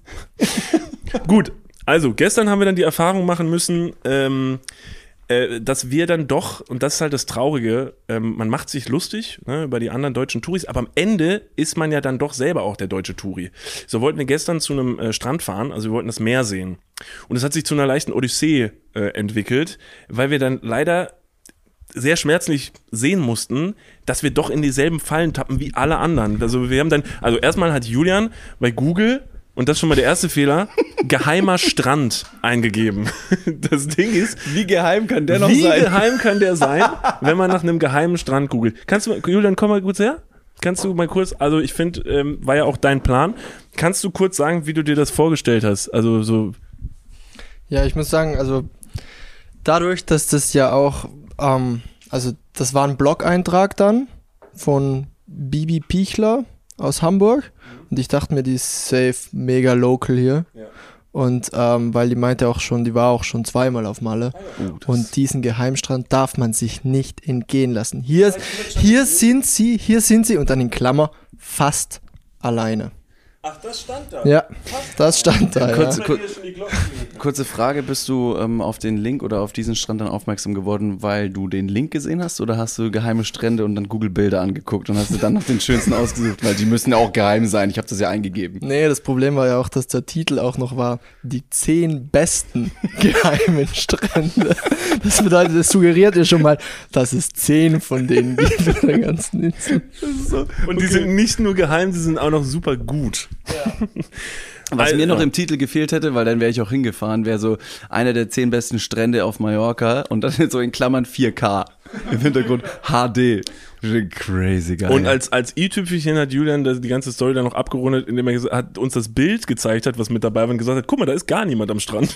Gut, also gestern haben wir dann die Erfahrung machen müssen, ähm, äh, dass wir dann doch, und das ist halt das Traurige, ähm, man macht sich lustig, ne, über die anderen deutschen Touris, aber am Ende ist man ja dann doch selber auch der deutsche Touri. So wollten wir gestern zu einem äh, Strand fahren, also wir wollten das Meer sehen. Und es hat sich zu einer leichten Odyssee äh, entwickelt, weil wir dann leider sehr schmerzlich sehen mussten, dass wir doch in dieselben Fallen tappen wie alle anderen. Also wir haben dann, also erstmal hat Julian bei Google, und das ist schon mal der erste Fehler, geheimer Strand eingegeben. Das Ding ist, Wie geheim kann der noch wie sein? geheim kann der sein, wenn man nach einem geheimen Strand googelt? Kannst du, Julian, komm mal kurz her. Kannst du mal kurz, also ich finde, ähm, war ja auch dein Plan. Kannst du kurz sagen, wie du dir das vorgestellt hast? Also so. Ja, ich muss sagen, also dadurch, dass das ja auch, ähm, also das war ein Blog-Eintrag dann von Bibi Pichler aus Hamburg und ich dachte mir, die ist safe mega local hier. Ja. Und ähm, weil die meinte auch schon, die war auch schon zweimal auf Malle. Oh, Und diesen Geheimstrand darf man sich nicht entgehen lassen. Hier, hier sind sie, hier sind sie und dann in Klammer fast alleine. Ach, das stand da. Ja, das stand da. Kurz- Ja. kur- Kurze Frage, bist du ähm, auf den Link oder auf diesen Strand dann aufmerksam geworden, weil du den Link gesehen hast oder hast du geheime Strände und dann Google-Bilder angeguckt und hast du dann noch den schönsten ausgesucht, weil die müssen ja auch geheim sein, ich habe das ja eingegeben. Nee, das Problem war ja auch, dass der Titel auch noch war, die zehn besten geheimen Strände. Das bedeutet, das suggeriert ja schon mal, dass es zehn von denen gibt auf der ganzen Insel. Und die sind nicht nur geheim, sie sind auch noch super gut. Was Alter. mir noch im Titel gefehlt hätte, weil dann wäre ich auch hingefahren, wäre so einer der zehn besten Strände auf Mallorca und dann so in Klammern vier K. Im Hintergrund H D. Crazy geil. Und als, als i-Tüpfelchen hat Julian das, die ganze Story dann noch abgerundet, indem er gesa- hat uns das Bild gezeigt hat, was mit dabei war und gesagt hat, guck mal, da ist gar niemand am Strand.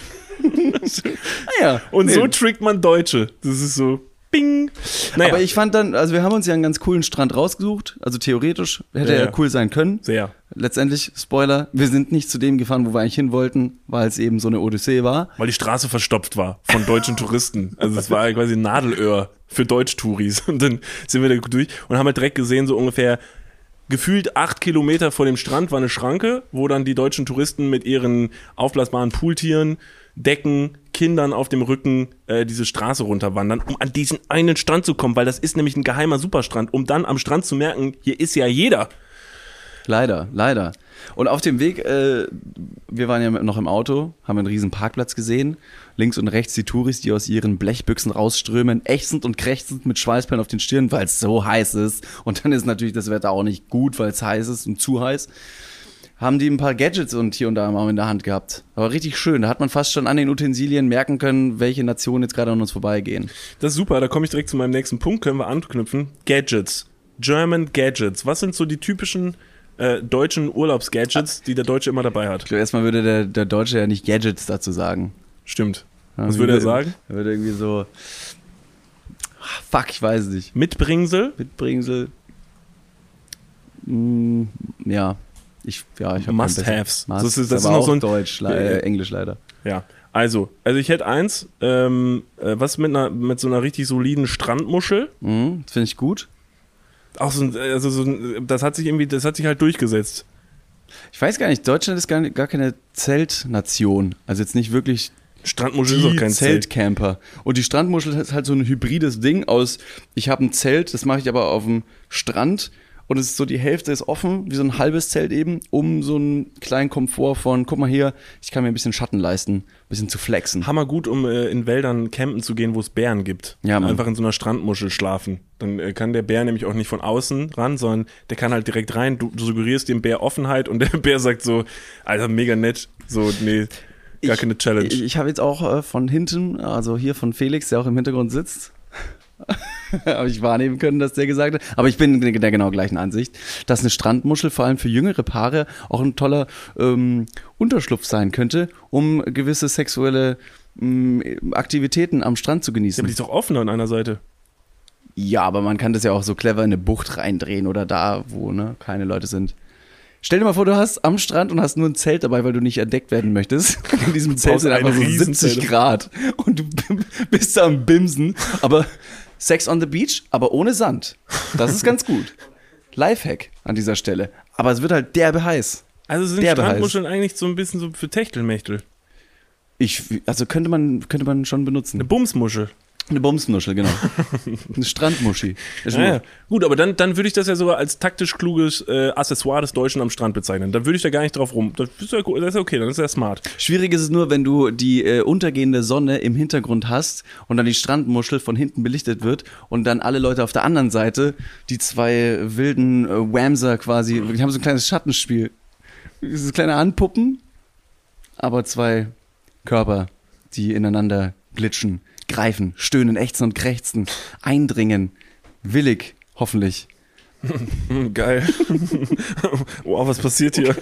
ja, Und nee. so trickt man Deutsche. Das ist so, bing. Naja, Aber ich fand dann, also wir haben uns ja einen ganz coolen Strand rausgesucht, also theoretisch hätte Ja, er ja. cool sein können. sehr. Letztendlich, Spoiler, wir sind nicht zu dem gefahren, wo wir eigentlich hin wollten, weil es eben so eine Odyssee war. Weil die Straße verstopft war von deutschen Touristen. Also es war quasi ein Nadelöhr für Deutsch-Touris. Und dann sind wir da durch und haben halt direkt gesehen, so ungefähr gefühlt acht Kilometer vor dem Strand war eine Schranke, wo dann die deutschen Touristen mit ihren aufblasbaren Pooltieren, Decken, Kindern auf dem Rücken äh, diese Straße runterwandern, um an diesen einen Strand zu kommen, weil das ist nämlich ein geheimer Superstrand, um dann am Strand zu merken, hier ist ja jeder. Leider, leider. Und auf dem Weg, äh, wir waren ja noch im Auto, haben einen riesen Parkplatz gesehen. Links und rechts die Touris, die aus ihren Blechbüchsen rausströmen, ächzend und krächzend mit Schweißperlen auf den Stirn, weil es so heiß ist. Und dann ist natürlich das Wetter auch nicht gut, weil es heiß ist und zu heiß. Haben die ein paar Gadgets und hier und da mal in der Hand gehabt. Aber richtig schön. Da hat man fast schon an den Utensilien merken können, welche Nationen jetzt gerade an uns vorbeigehen. Das ist super, da komme ich direkt zu meinem nächsten Punkt, können wir anknüpfen. Gadgets. German Gadgets. Was sind so die typischen äh, deutschen Urlaubsgadgets, die der Deutsche immer dabei hat? Ich glaube, erstmal würde der, der Deutsche ja nicht Gadgets dazu sagen. Stimmt. Ja, Was wie würde er sagen? Er würde irgendwie so, ach, fuck, ich weiß es nicht. Mitbringsel? Mitbringsel. Mm, ja. Ich, ja, ich hab kein besseres. Must-haves. Must, Das ist- das ist aber noch auch so ein- Deutsch, le äh, Englisch leider. Ja. Also, also ich hätte eins, ähm, äh, was mit einer mit so einer richtig soliden Strandmuschel. Mhm, das finde ich gut. Auch so ein, also so ein, das hat sich irgendwie, das hat sich halt durchgesetzt. Ich weiß gar nicht, Deutschland ist gar, nicht, gar keine Zeltnation. Also jetzt nicht wirklich Strandmuschel ist auch die kein Zelt. Zeltcamper. Und die Strandmuschel ist halt so ein hybrides Ding aus, ich habe ein Zelt, das mache ich aber auf dem Strand und es ist so, die Hälfte ist offen, wie so ein halbes Zelt eben, um so einen kleinen Komfort von, guck mal hier, ich kann mir ein bisschen Schatten leisten, ein bisschen zu flexen. Hammer gut, um äh, in Wäldern campen zu gehen, wo es Bären gibt. Ja, Mann. Einfach in so einer Strandmuschel schlafen. Dann äh, kann der Bär nämlich auch nicht von außen ran, sondern der kann halt direkt rein. Du, du suggerierst dem Bär Offenheit und der Bär sagt so, Alter, mega nett. So, nee, gar Ich- keine Challenge. Ich, ich habe jetzt auch äh, von hinten, also hier von Felix, der auch im Hintergrund sitzt, habe ich wahrnehmen können, dass der gesagt hat, aber ich bin der genau gleichen Ansicht, dass eine Strandmuschel vor allem für jüngere Paare auch ein toller ähm, Unterschlupf sein könnte, um gewisse sexuelle mh, Aktivitäten am Strand zu Ja, genießen. aber die ist doch offen an einer Seite. Ja, aber man kann das ja auch so clever in eine Bucht reindrehen oder da, wo ne, keine Leute sind. Stell dir mal vor, du hast am Strand und hast nur ein Zelt dabei, weil du nicht entdeckt werden möchtest. In diesem Zelt sind ein einfach so Riesenzelt. siebzig Grad und du bist da am Bimsen. Aber Sex on the Beach, aber ohne Sand. Das ist ganz gut. Lifehack an dieser Stelle. Aber es wird halt derbe heiß. Also sind Derbe Strandmuscheln eigentlich so ein bisschen so für Techtelmechtel. Ich, also könnte man, könnte man schon benutzen. Eine Bumsmuschel. Eine Bumsmuschel, genau. Eine Strandmuschi. Ist Ja, ja. gut. Gut, aber dann, dann würde ich das ja sogar als taktisch kluges äh, Accessoire des Deutschen am Strand bezeichnen. Dann würde ich da gar nicht drauf rum. Das ist ja, das ist ja okay, dann ist ja smart. Schwierig ist es nur, wenn du die äh, untergehende Sonne im Hintergrund hast und dann die Strandmuschel von hinten belichtet wird und dann alle Leute auf der anderen Seite, die zwei wilden äh, Whamser quasi, die haben so ein kleines Schattenspiel. So kleine Anpuppen, aber zwei Körper, die ineinander glitschen, greifen, stöhnen, ächzen und krächzen, eindringen, willig, hoffentlich. Hm, geil. Wow, was passiert hier?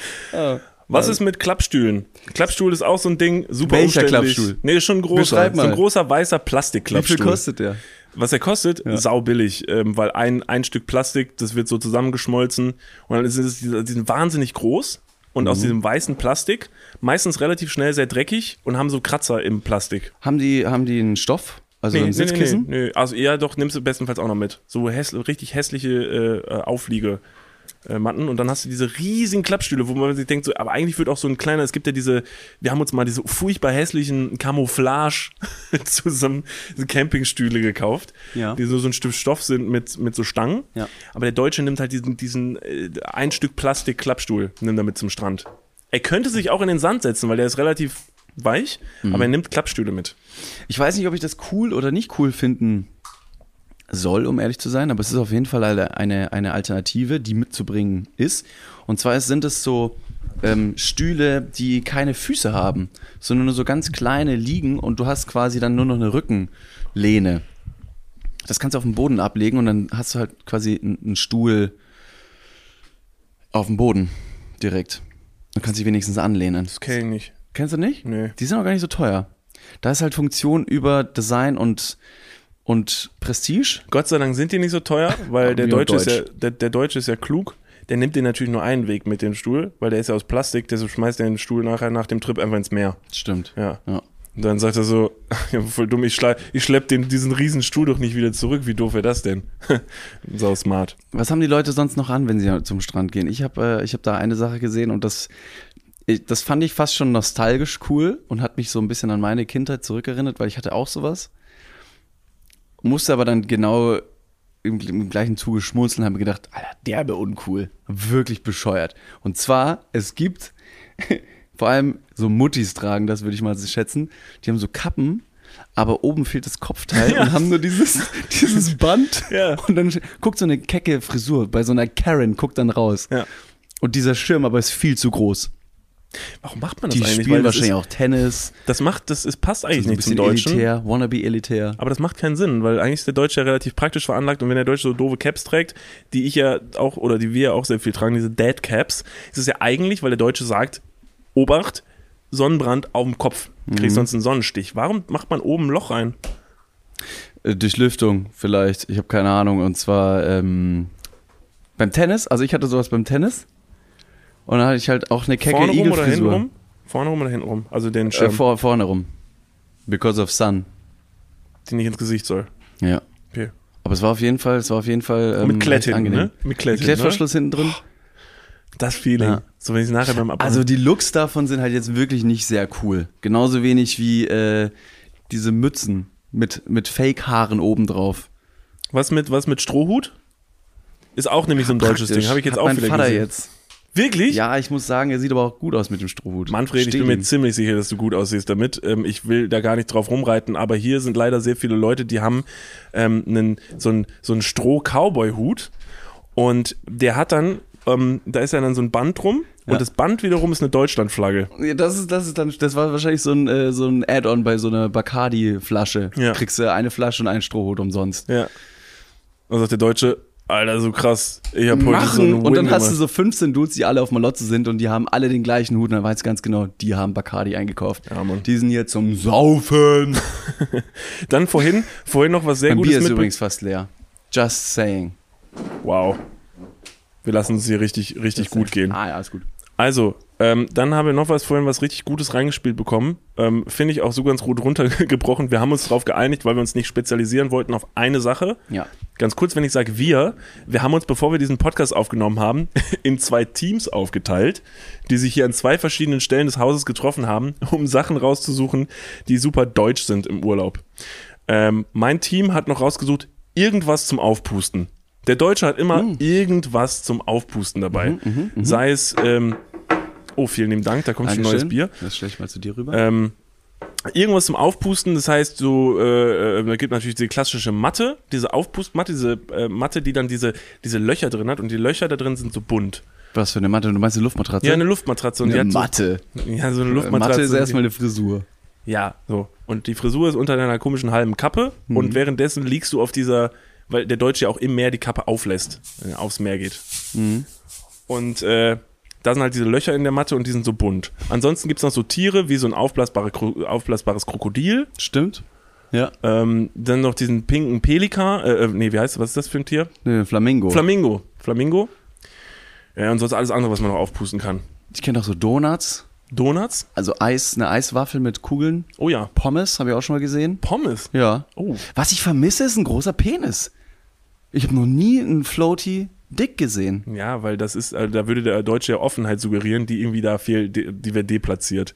Was ist mit Klappstühlen? Klappstuhl ist auch so ein Ding, super Welcher umständlich. Klappstuhl? Nee, ist schon ein großer. Beschreib So ein mal. großer weißer Wie Plastikklappstuhl. viel kostet der? Was er kostet? Ja. Sau billig, ähm, weil ein, ein Stück Plastik, das wird so zusammengeschmolzen und dann ist es die sind wahnsinnig groß und Mhm. aus diesem weißen Plastik, meistens relativ schnell sehr dreckig und haben so Kratzer im Plastik. Haben die, haben die einen Stoff? Also ein Sitzkissen? Nee, nee, nee. Also ja, doch, nimmst du bestenfalls auch noch mit. So häss richtig hässliche äh, Aufliegematten und dann hast du diese riesigen Klappstühle, wo man sich denkt, so, aber eigentlich wird auch so ein kleiner, es gibt ja diese, wir haben uns mal diese furchtbar hässlichen Camouflage zusammen, diese Campingstühle gekauft, Ja. die so, so ein Stück Stoff sind mit, mit so Stangen. Ja. Aber der Deutsche nimmt halt diesen, diesen äh, ein Stück Plastik-Klappstuhl, nimmt er mit zum Strand. Er könnte sich auch in den Sand setzen, weil der ist relativ weich, Mhm. aber er nimmt Klappstühle mit. Ich weiß nicht, ob ich das cool oder nicht cool finden soll, um ehrlich zu sein, aber es ist auf jeden Fall eine, eine, eine Alternative, die mitzubringen ist. Und zwar sind es so ähm, Stühle, die keine Füße haben, sondern nur so ganz kleine liegen und du hast quasi dann nur noch eine Rückenlehne. Das kannst du auf dem Boden ablegen und dann hast du halt quasi einen, einen Stuhl auf dem Boden direkt. Du kannst dich wenigstens anlehnen. Das kenn ich nicht. Kennst du nicht? Nee. Die sind auch gar nicht so teuer. Da ist halt Funktion über Design und, und Prestige. Gott sei Dank sind die nicht so teuer, weil der Wie Deutsche, Deutsch. ist ja, der, der Deutsche ist ja klug. Der nimmt den natürlich nur einen Weg mit dem Stuhl, weil der ist ja aus Plastik, deshalb schmeißt er den Stuhl nachher nach dem Trip einfach ins Meer. Stimmt. Ja. Ja. Und dann sagt er so, ja, voll dumm, ich, schle- ich schlepp den, diesen riesen Stuhl doch nicht wieder zurück, wie doof wäre das denn? Sau smart. Was haben die Leute sonst noch an, wenn sie zum Strand gehen? Ich habe äh, ich hab da eine Sache gesehen und das, ich, das fand ich fast schon nostalgisch cool und hat mich so ein bisschen an meine Kindheit zurückerinnert, weil ich hatte auch sowas. Musste aber dann genau im, im gleichen Zuge schmunzeln und habe mir gedacht, Alter, derbe uncool. Wirklich bescheuert. Und zwar, es gibt, vor allem so Muttis tragen das, würde ich mal schätzen, die haben so Kappen, aber oben fehlt das Kopfteil Ja. und haben nur dieses, dieses Band. Ja. Und dann guckt so eine kecke Frisur bei so einer Karen, guckt dann raus. Ja. Und dieser Schirm aber ist viel zu groß. Warum macht man das Die eigentlich? spielen das wahrscheinlich ist, auch Tennis. das macht, das ist, passt eigentlich So ein nicht zum bisschen Deutschen. elitär, wannabe elitär. Aber das macht keinen Sinn, weil eigentlich ist der Deutsche ja relativ praktisch veranlagt und wenn der Deutsche so doofe Caps trägt, die ich ja auch, oder die wir ja auch sehr viel tragen, diese Dad Caps, ist es ja eigentlich, weil der Deutsche sagt, Obacht, Sonnenbrand auf dem Kopf, kriegst Mhm. sonst einen Sonnenstich. Warum macht man oben ein Loch rein? Äh, Durchlüftung vielleicht, ich habe keine Ahnung. Und zwar ähm, beim Tennis, also ich hatte sowas beim Tennis. Und dann hatte ich halt auch eine kecke Vorne rum oder hinten Igelfrisur. rum? Vorne rum oder hinten rum? Also den Äh, Schirm, vor, vorne rum. Because of sun. die nicht ins Gesicht soll. Ja. Okay. Aber es war auf jeden Fall, es war auf jeden Fall ähm, Mit Klett recht hinten, angenehm. ne? Mit Klett Mit hinten, Klettverschluss hinten drin. Das Feeling. Ja. So, wenn ich es nachher beim Abmachen. Also die Looks davon sind halt jetzt wirklich nicht sehr cool. Genauso wenig wie äh, diese Mützen mit, mit Fake-Haaren obendrauf. was mit, was mit Strohhut? Ist auch nämlich so ein deutsches Praktisch. Ding. Habe ich jetzt Hat auch mein wieder Vater gesehen. jetzt. Wirklich? Ja, ich muss sagen, er sieht aber auch gut aus mit dem Strohhut. Manfred, ich Steht bin mir ihm. ziemlich sicher, dass du gut aussiehst damit. Ähm, ich will da gar nicht drauf rumreiten, aber hier sind leider sehr viele Leute, die haben ähm, einen, so einen so einen Stroh-Cowboy-Hut und der hat dann, ähm, da ist ja dann so ein Band drum Ja. und das Band wiederum ist eine Deutschlandflagge. Ja, das ist, das ist dann, das war wahrscheinlich so ein, äh, so ein Add-on bei so einer Bacardi-Flasche. Ja. Kriegst du eine Flasche und einen Strohhut umsonst. Ja. Und sagt der Deutsche, Alter, so krass. Ich hab heute so Machen eine und dann Win hast du gemacht. so fünfzehn Dudes, die alle auf Malotze sind und die haben alle den gleichen Hut und dann weißt du ganz genau, die haben Bacardi eingekauft. Ja, Mann. Die sind hier zum Saufen. Dann vorhin, vorhin noch was sehr Mein Gutes Bier ist mit. übrigens fast leer. Just saying. Wow. Wir lassen es hier richtig, richtig Just gut saying. gehen. Ah ja, ist gut. Also, ähm, dann haben wir noch was vorhin, was richtig Gutes reingespielt bekommen. Ähm, Finde ich auch so ganz gut runtergebrochen. Wir haben uns darauf geeinigt, weil wir uns nicht spezialisieren wollten auf eine Sache. Ja. Ganz kurz, wenn ich sage wir, wir haben uns, bevor wir diesen Podcast aufgenommen haben, in zwei Teams aufgeteilt, die sich hier an zwei verschiedenen Stellen des Hauses getroffen haben, um Sachen rauszusuchen, die super deutsch sind im Urlaub. Ähm, mein Team hat noch rausgesucht, irgendwas zum Aufpusten. Der Deutsche hat immer Mm. irgendwas zum Aufpusten dabei. Mhm, mh, mh. Sei es, ähm, oh, vielen lieben Dank, da kommt schon ein neues Dankeschön. Bier. Das stelle ich mal zu dir rüber. Ähm, irgendwas zum Aufpusten, das heißt so, äh, äh, da gibt natürlich diese klassische Matte, diese Aufpustmatte, diese äh, Matte, die dann diese, diese Löcher drin hat und die Löcher da drin sind so bunt. Was für eine Matte? Du meinst eine Luftmatratze? Ja, eine Luftmatratze. Und die eine hat so, Matte. Ja, so eine Luftmatratze. Matte ist erstmal eine Frisur. Ja, so. Und die Frisur ist unter deiner komischen halben Kappe Mhm. und währenddessen liegst du auf dieser, weil der Deutsche ja auch im Meer die Kappe auflässt, wenn er aufs Meer geht. Mhm. Und äh, da sind halt diese Löcher in der Matte und die sind so bunt. Ansonsten gibt es noch so Tiere wie so ein aufblasbare, Kro- aufblasbares Krokodil. Stimmt. Ja. Ähm, dann noch diesen pinken Pelikan. Äh, äh, nee, wie heißt das? Was ist das für ein Tier? Ne, Flamingo. Flamingo. Flamingo. Ja, und sonst alles andere, was man noch aufpusten kann. ich kenne auch so Donuts. Donuts? Also Eis, eine Eiswaffel mit Kugeln. Oh ja. Pommes, habe ich auch schon mal gesehen. Pommes. Ja. Oh. Was ich vermisse, ist ein großer Penis. Ich habe noch nie einen Floaty dick gesehen. Ja, weil das ist, also da würde der Deutsche ja Offenheit suggerieren, die irgendwie da viel, die, die wird deplatziert.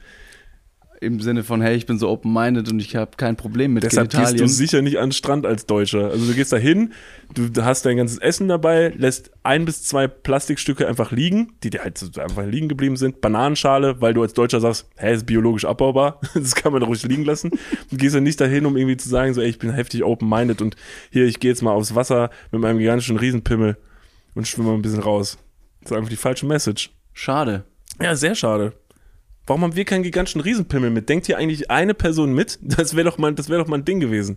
Im Sinne von, hey, ich bin so open-minded und ich habe kein Problem mit Deshalb gehst du Genitalien. sicher nicht an den Strand als Deutscher. Also du gehst da hin, du hast dein ganzes Essen dabei, lässt ein bis zwei Plastikstücke einfach liegen, die dir halt so einfach liegen geblieben sind. Bananenschale, weil du als Deutscher sagst, hä, ist biologisch abbaubar, das kann man ruhig liegen lassen. Du gehst ja nicht dahin, um irgendwie zu sagen, so, ey, ich bin heftig open-minded und hier, ich gehe jetzt mal aufs Wasser mit meinem gigantischen Riesenpimmel und schwimme mal ein bisschen raus. Das ist einfach die falsche Message. Schade. Ja, sehr schade. Warum haben wir keinen gigantischen Riesenpimmel mit? Denkt hier eigentlich eine Person mit? Das wäre doch mal, das wäre doch mal ein Ding gewesen.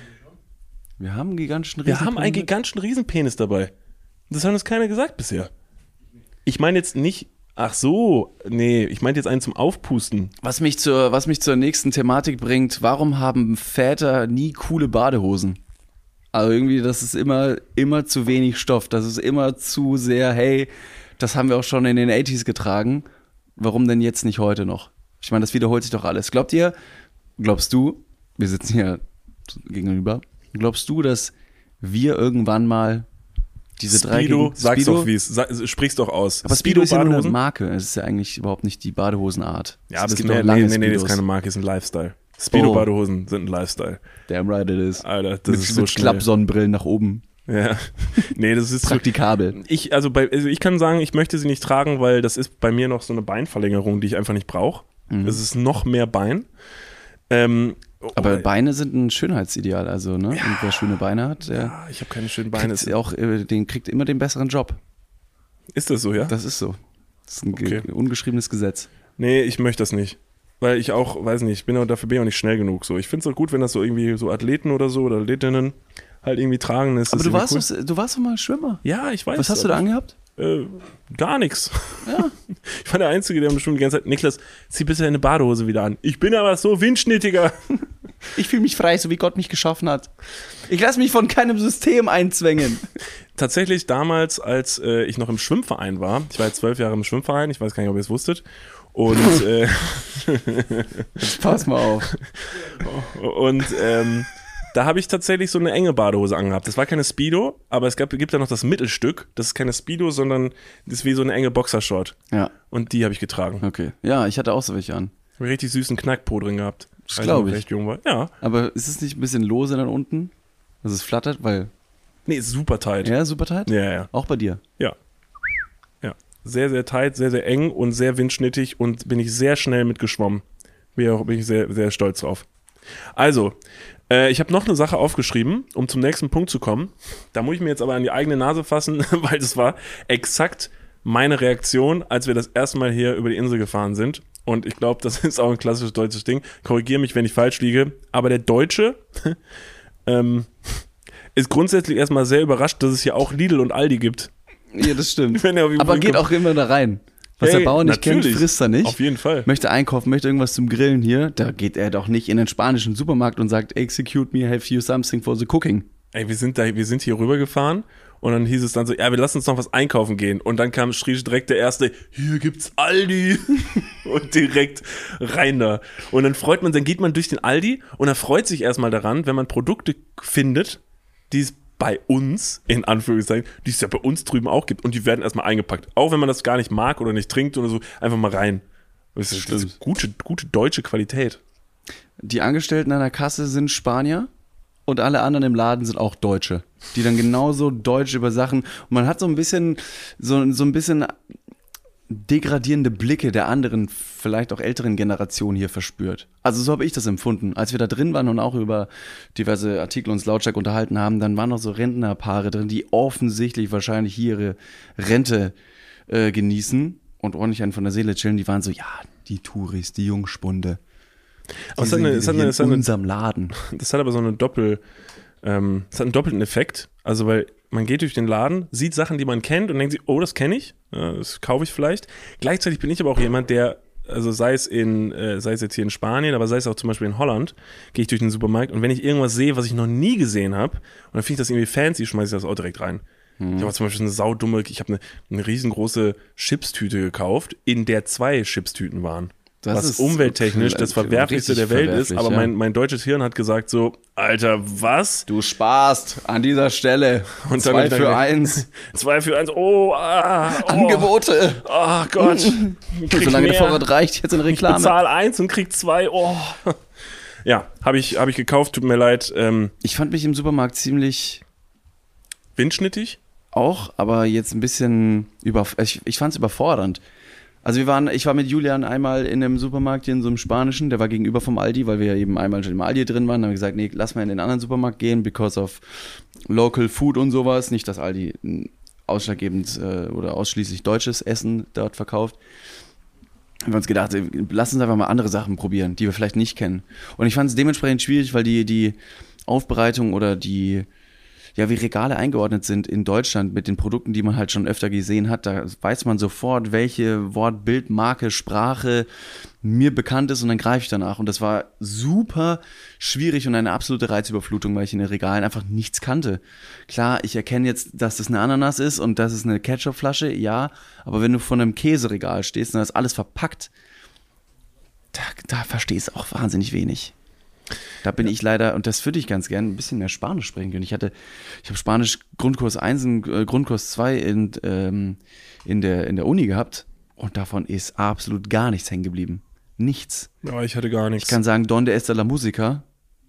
Wir haben einen gigantischen Wir haben einen Riesenpenis. gigantischen Riesenpenis dabei. Das hat uns keiner gesagt bisher. Ich meine jetzt nicht, ach so, nee, ich meine jetzt einen zum Aufpusten. Was mich zur, was mich zur nächsten Thematik bringt, warum haben Väter nie coole Badehosen? Also irgendwie, das ist immer, immer zu wenig Stoff. Das ist immer zu sehr, hey, das haben wir auch schon in den achtziger getragen. Warum denn jetzt nicht heute noch? Ich meine, das wiederholt sich doch alles. Glaubt ihr, glaubst du, wir sitzen hier gegenüber, glaubst du, dass wir irgendwann mal diese drei Speedo, gegen- sag's Speedo? doch, wie es, sag, sprich's doch aus. Aber Speedo, ist ja nur eine Badehosen? Marke. Es ist ja eigentlich überhaupt nicht die Badehosenart. Ja, es aber es gibt nee, auch lange nee, nee, nee, das ist Speedos. keine Marke, ist ein Lifestyle. Speedo-Badehosen sind ein Lifestyle. Damn right it is. Alter, das mit ist so mit schnell. Klappsonnenbrillen nach oben. Ja. Nee, das ist so, Praktikabel. ich, also, bei, also ich kann sagen, ich möchte sie nicht tragen, weil das ist bei mir noch so eine Beinverlängerung, die ich einfach nicht brauche. Mhm. Es ist noch mehr Bein. Ähm, Aber oh, Beine sind ein Schönheitsideal, also, ne? Und wer schöne Beine hat, der ja, ich habe keine schönen Beine. kriegt auch, äh, den kriegt immer den besseren Job. Ist das so, ja? Das ist so. Das ist ein ge- Okay. ungeschriebenes Gesetz. Nee, ich möchte das nicht. Weil ich auch, weiß nicht, ich bin auch, dafür bin ich auch nicht schnell genug. So. Ich finde es auch gut, wenn das so irgendwie so Athleten oder so oder Athletinnen halt irgendwie tragen. Das Aber ist du irgendwie warst, doch, du warst doch mal Schwimmer. Ja, ich weiß. Was hast du da aber- angehabt? Äh, gar nichts. Ja. Ich war der Einzige, der bestimmt die ganze Zeit, Niklas, zieh bitte deine Badehose wieder an. Ich bin aber so windschnittiger. Ich fühle mich frei, so wie Gott mich geschaffen hat. Ich lasse mich von keinem System einzwängen. Tatsächlich damals, als äh, ich noch im Schwimmverein war, ich war jetzt zwölf Jahre im Schwimmverein, ich weiß gar nicht, ob ihr es wusstet, und, äh, Pass mal auf. und ähm, da habe ich tatsächlich so eine enge Badehose angehabt. Das war keine Speedo, aber es gab, gibt ja noch das Mittelstück, das ist keine Speedo, sondern das ist wie so eine enge Boxershort. Ja, Und die habe ich getragen. okay. Ja, ich hatte auch so welche an. Hab richtig süßen Knackpo drin gehabt. Das als glaub noch ich. recht jung war. Ja. Aber ist es nicht ein bisschen lose dann unten? Dass es flattert? Weil, Nee, ist super tight. ja, super tight. Ja, ja. Auch bei dir. Ja. Ja. Sehr, sehr tight, sehr, sehr eng und sehr windschnittig und bin ich sehr schnell mitgeschwommen. Bin, auch, bin ich sehr, sehr stolz drauf. Also, äh, ich habe noch eine Sache aufgeschrieben, um zum nächsten Punkt zu kommen. Da muss ich mir jetzt aber an die eigene Nase fassen, weil das war exakt meine Reaktion, als wir das erste Mal hier über die Insel gefahren sind. Und ich glaube, das ist auch ein klassisches deutsches Ding. Korrigiere mich, wenn ich falsch liege. Aber der Deutsche ähm, ist grundsätzlich erstmal sehr überrascht, dass es hier auch Lidl und Aldi gibt. Ja, das stimmt. Wenn er auf Aber geht auch immer da rein. Was Hey, der Bauer nicht natürlich. kennt, frisst er nicht. Auf jeden Fall. Möchte einkaufen, möchte irgendwas zum Grillen hier, da geht er doch nicht in den spanischen Supermarkt und sagt, execute me, have you something for the cooking. Ey, wir sind da, wir sind hier rübergefahren und dann hieß es dann so, ja, wir lassen uns noch was einkaufen gehen. Und dann kam schrie direkt der Erste, hier gibt's Aldi. Und direkt rein da. Und dann freut man, dann geht man durch den Aldi und er freut sich erstmal daran, wenn man Produkte findet, die es bei uns, in Anführungszeichen, die es ja bei uns drüben auch gibt. Und die werden erstmal eingepackt. Auch wenn man das gar nicht mag oder nicht trinkt oder so, einfach mal rein. Das ist, das ist gute, gute deutsche Qualität. Die Angestellten an der Kasse sind Spanier und alle anderen im Laden sind auch Deutsche, die dann genauso deutsch über Sachen, und man hat so ein bisschen, so, so ein bisschen degradierende Blicke der anderen, vielleicht auch älteren Generationen hier verspürt. Also so habe ich das empfunden. Als wir da drin waren und auch über diverse Artikel uns lautstark unterhalten haben, dann waren noch so Rentnerpaare drin, die offensichtlich wahrscheinlich hier ihre Rente äh, genießen und ordentlich einen von der Seele chillen. Die waren so, ja, die Touris, die Jungspunde. Aber es hat eine, es hat eine, es hat in eine, unserem Laden. das hat aber so eine Doppel, ähm, es hat einen doppelten Effekt. Also weil man geht durch den Laden, sieht Sachen, die man kennt und denkt sich, oh, das kenne ich, ja, das kaufe ich vielleicht. Gleichzeitig bin ich aber auch jemand, der, also sei es in, äh, sei es jetzt hier in Spanien, aber sei es auch zum Beispiel in Holland, gehe ich durch den Supermarkt und wenn ich irgendwas sehe, was ich noch nie gesehen habe, und dann finde ich das irgendwie fancy, schmeiße ich das auch direkt rein. Hm. Ich habe zum Beispiel eine saudumme, ich habe eine, eine riesengroße Chipstüte gekauft, in der zwei Chipstüten waren. Das was ist umwelttechnisch das Verwerflichste der Welt ist, aber ja. mein, mein deutsches Hirn hat gesagt so, Alter, was? Du sparst an dieser Stelle. Und dann zwei hab ich dann für gedacht, eins. Zwei für eins, oh, ah, oh. Angebote. Oh Gott. Krieg Solange der mehr. Vorrat reicht, jetzt eine Reklame. Bezahl eins und krieg zwei, oh. Ja, habe ich, hab ich gekauft, tut mir leid. Ähm, Ich fand mich im Supermarkt ziemlich windschnittig? auch, aber jetzt ein bisschen über, ich, ich fand es überfordernd. Also wir waren, ich war mit Julian einmal in einem Supermarkt hier in so einem spanischen, der war gegenüber vom Aldi, weil wir ja eben einmal schon im Aldi drin waren, dann haben wir gesagt, nee, lass mal in den anderen Supermarkt gehen, because of local food und sowas, nicht, dass Aldi ausschlaggebend äh, oder ausschließlich deutsches Essen dort verkauft. Wir haben uns gedacht, lass uns einfach mal andere Sachen probieren, die wir vielleicht nicht kennen. Und ich fand es dementsprechend schwierig, weil die, die Aufbereitung oder die, ja, wie Regale eingeordnet sind in Deutschland mit den Produkten, die man halt schon öfter gesehen hat, da weiß man sofort, welche Wort, Bild, Marke, Sprache mir bekannt ist und dann greife ich danach. Und das war super schwierig und eine absolute Reizüberflutung, weil ich in den Regalen einfach nichts kannte. Klar, ich erkenne jetzt, dass das eine Ananas ist und das ist eine Ketchupflasche, ja, aber wenn du vor einem Käseregal stehst und da ist alles verpackt, da, da verstehst du auch wahnsinnig wenig. Da bin ja. ich leider, und das würde ich ganz gerne, ein bisschen mehr Spanisch sprechen können. Ich hatte, ich habe Spanisch Grundkurs eins und äh, Grundkurs zwei in, ähm, in, der, in der Uni gehabt und davon ist absolut gar nichts hängen geblieben. Nichts. Ja, ich hatte gar nichts. Ich kann sagen, Donde está la música?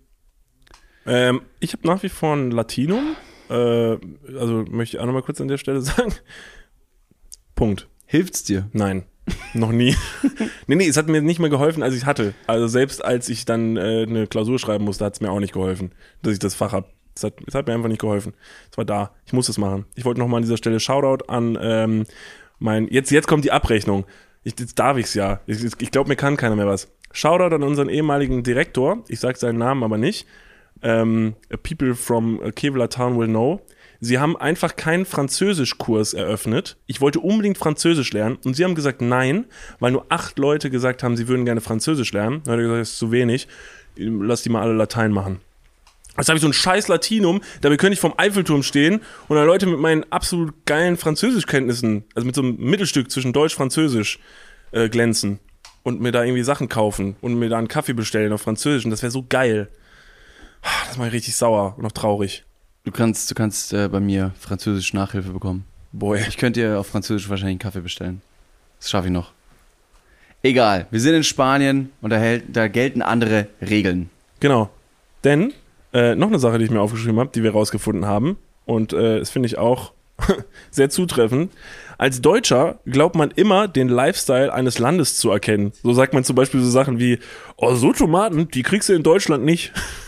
Ähm, ich habe nach wie vor ein Latinum, äh, also möchte ich auch nochmal kurz an der Stelle sagen. Punkt. Hilft's dir? Nein. Noch nie. nee, nee, es hat mir nicht mehr geholfen, als ich es hatte. Also selbst als ich dann äh, eine Klausur schreiben musste, hat es mir auch nicht geholfen, dass ich das Fach habe. Es hat, es hat mir einfach nicht geholfen. Es war da. Ich muss es machen. Ich wollte nochmal an dieser Stelle Shoutout an ähm, mein, jetzt, jetzt kommt die Abrechnung. Ich, jetzt darf ich's ja. Ich, ich glaube, mir kann keiner mehr was. Shoutout an unseren ehemaligen Direktor. Ich sage seinen Namen aber nicht. Ähm, people from Kevlar Town will know. Sie haben einfach keinen Französischkurs eröffnet. Ich wollte unbedingt Französisch lernen und sie haben gesagt nein, weil nur acht Leute gesagt haben, sie würden gerne Französisch lernen. Dann hat er gesagt, das ist zu wenig, lass die mal alle Latein machen. Jetzt habe ich so ein scheiß Latinum, dabei könnte ich vom Eiffelturm stehen und dann Leute mit meinen absolut geilen Französischkenntnissen, also mit so einem Mittelstück zwischen Deutsch und Französisch äh, glänzen und mir da irgendwie Sachen kaufen und mir da einen Kaffee bestellen auf Französisch und das wäre so geil. Das macht mich richtig sauer und auch traurig. Du kannst, du kannst äh, bei mir Französisch Nachhilfe bekommen. Boy. Ich könnte dir auf Französisch wahrscheinlich einen Kaffee bestellen. Das schaffe ich noch. Egal, wir sind in Spanien und da, hält, da gelten andere Regeln. Genau. Denn, äh, noch eine Sache, die ich mir aufgeschrieben habe, die wir rausgefunden haben, und äh, das finde ich auch sehr zutreffend. Als Deutscher glaubt man immer, den Lifestyle eines Landes zu erkennen. So sagt man zum Beispiel so Sachen wie, oh, so Tomaten, die kriegst du in Deutschland nicht.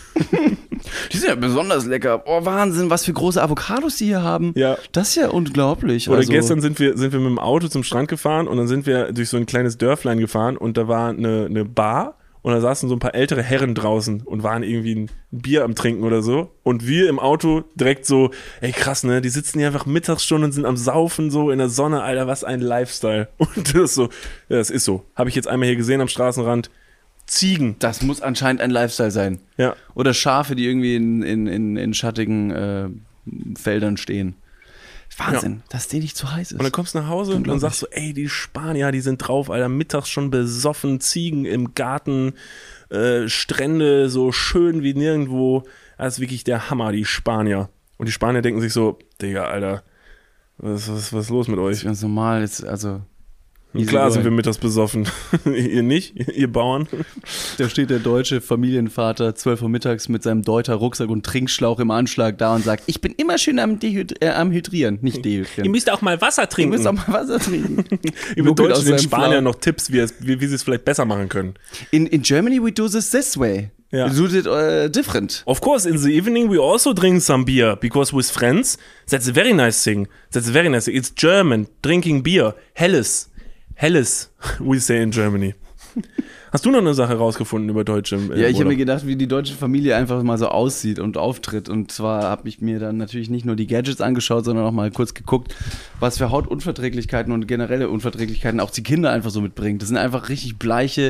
Die sind ja besonders lecker. Oh, Wahnsinn, was für große Avocados die hier haben. Ja. Das ist ja unglaublich. Oder also, gestern sind wir, sind wir mit dem Auto zum Strand gefahren und dann sind wir durch so ein kleines Dörflein gefahren und da war eine, eine Bar und da saßen so ein paar ältere Herren draußen und waren irgendwie ein Bier am Trinken oder so und wir im Auto direkt so, ey krass, ne, die sitzen hier einfach Mittagsstunden und sind am Saufen so in der Sonne, Alter, was ein Lifestyle. Und das ist so, ja, das ist so. Habe ich jetzt einmal hier gesehen am Straßenrand. Ziegen. Das muss anscheinend ein Lifestyle sein. Ja. Oder Schafe, die irgendwie in, in, in, in schattigen äh, Feldern stehen. Wahnsinn, ja. Dass denen nicht zu heiß ist. Und dann kommst du nach Hause und dann sagst du, ey, die Spanier, die sind drauf, Alter, mittags schon besoffen, Ziegen im Garten, äh, Strände so schön wie nirgendwo. Das ist wirklich der Hammer, die Spanier. Und die Spanier denken sich so, Digga, Alter, was, was, was ist los mit euch? Das ist ganz normal, jetzt, also... Klar sind wir mittags besoffen. Ihr nicht? Ihr Bauern? Da steht der deutsche Familienvater zwölf Uhr mittags mit seinem Deuter-Rucksack und Trinkschlauch im Anschlag da und sagt, ich bin immer schön am, Dehyd- äh, am Hydrieren, nicht dehydrieren. Ihr müsst auch mal Wasser trinken. Ihr müsst auch mal Wasser trinken. Ihr mit Deutschen den Spaniern noch Tipps, wie, es, wie, wie sie es vielleicht besser machen können. In, in Germany we do this this way. Ja. We do it uh, different. Of course, in the evening we also drink some beer, because with friends, that's a very nice thing. That's a very nice thing. It's German, drinking beer. Helles. Helles, we say in Germany. Hast du noch eine Sache rausgefunden über Deutsche? Äh, ja, ich habe mir gedacht, wie die deutsche Familie einfach mal so aussieht und auftritt. Und zwar habe ich mir dann natürlich nicht nur die Gadgets angeschaut, sondern auch mal kurz geguckt, was für Hautunverträglichkeiten und generelle Unverträglichkeiten auch die Kinder einfach so mitbringen. Das sind einfach richtig bleiche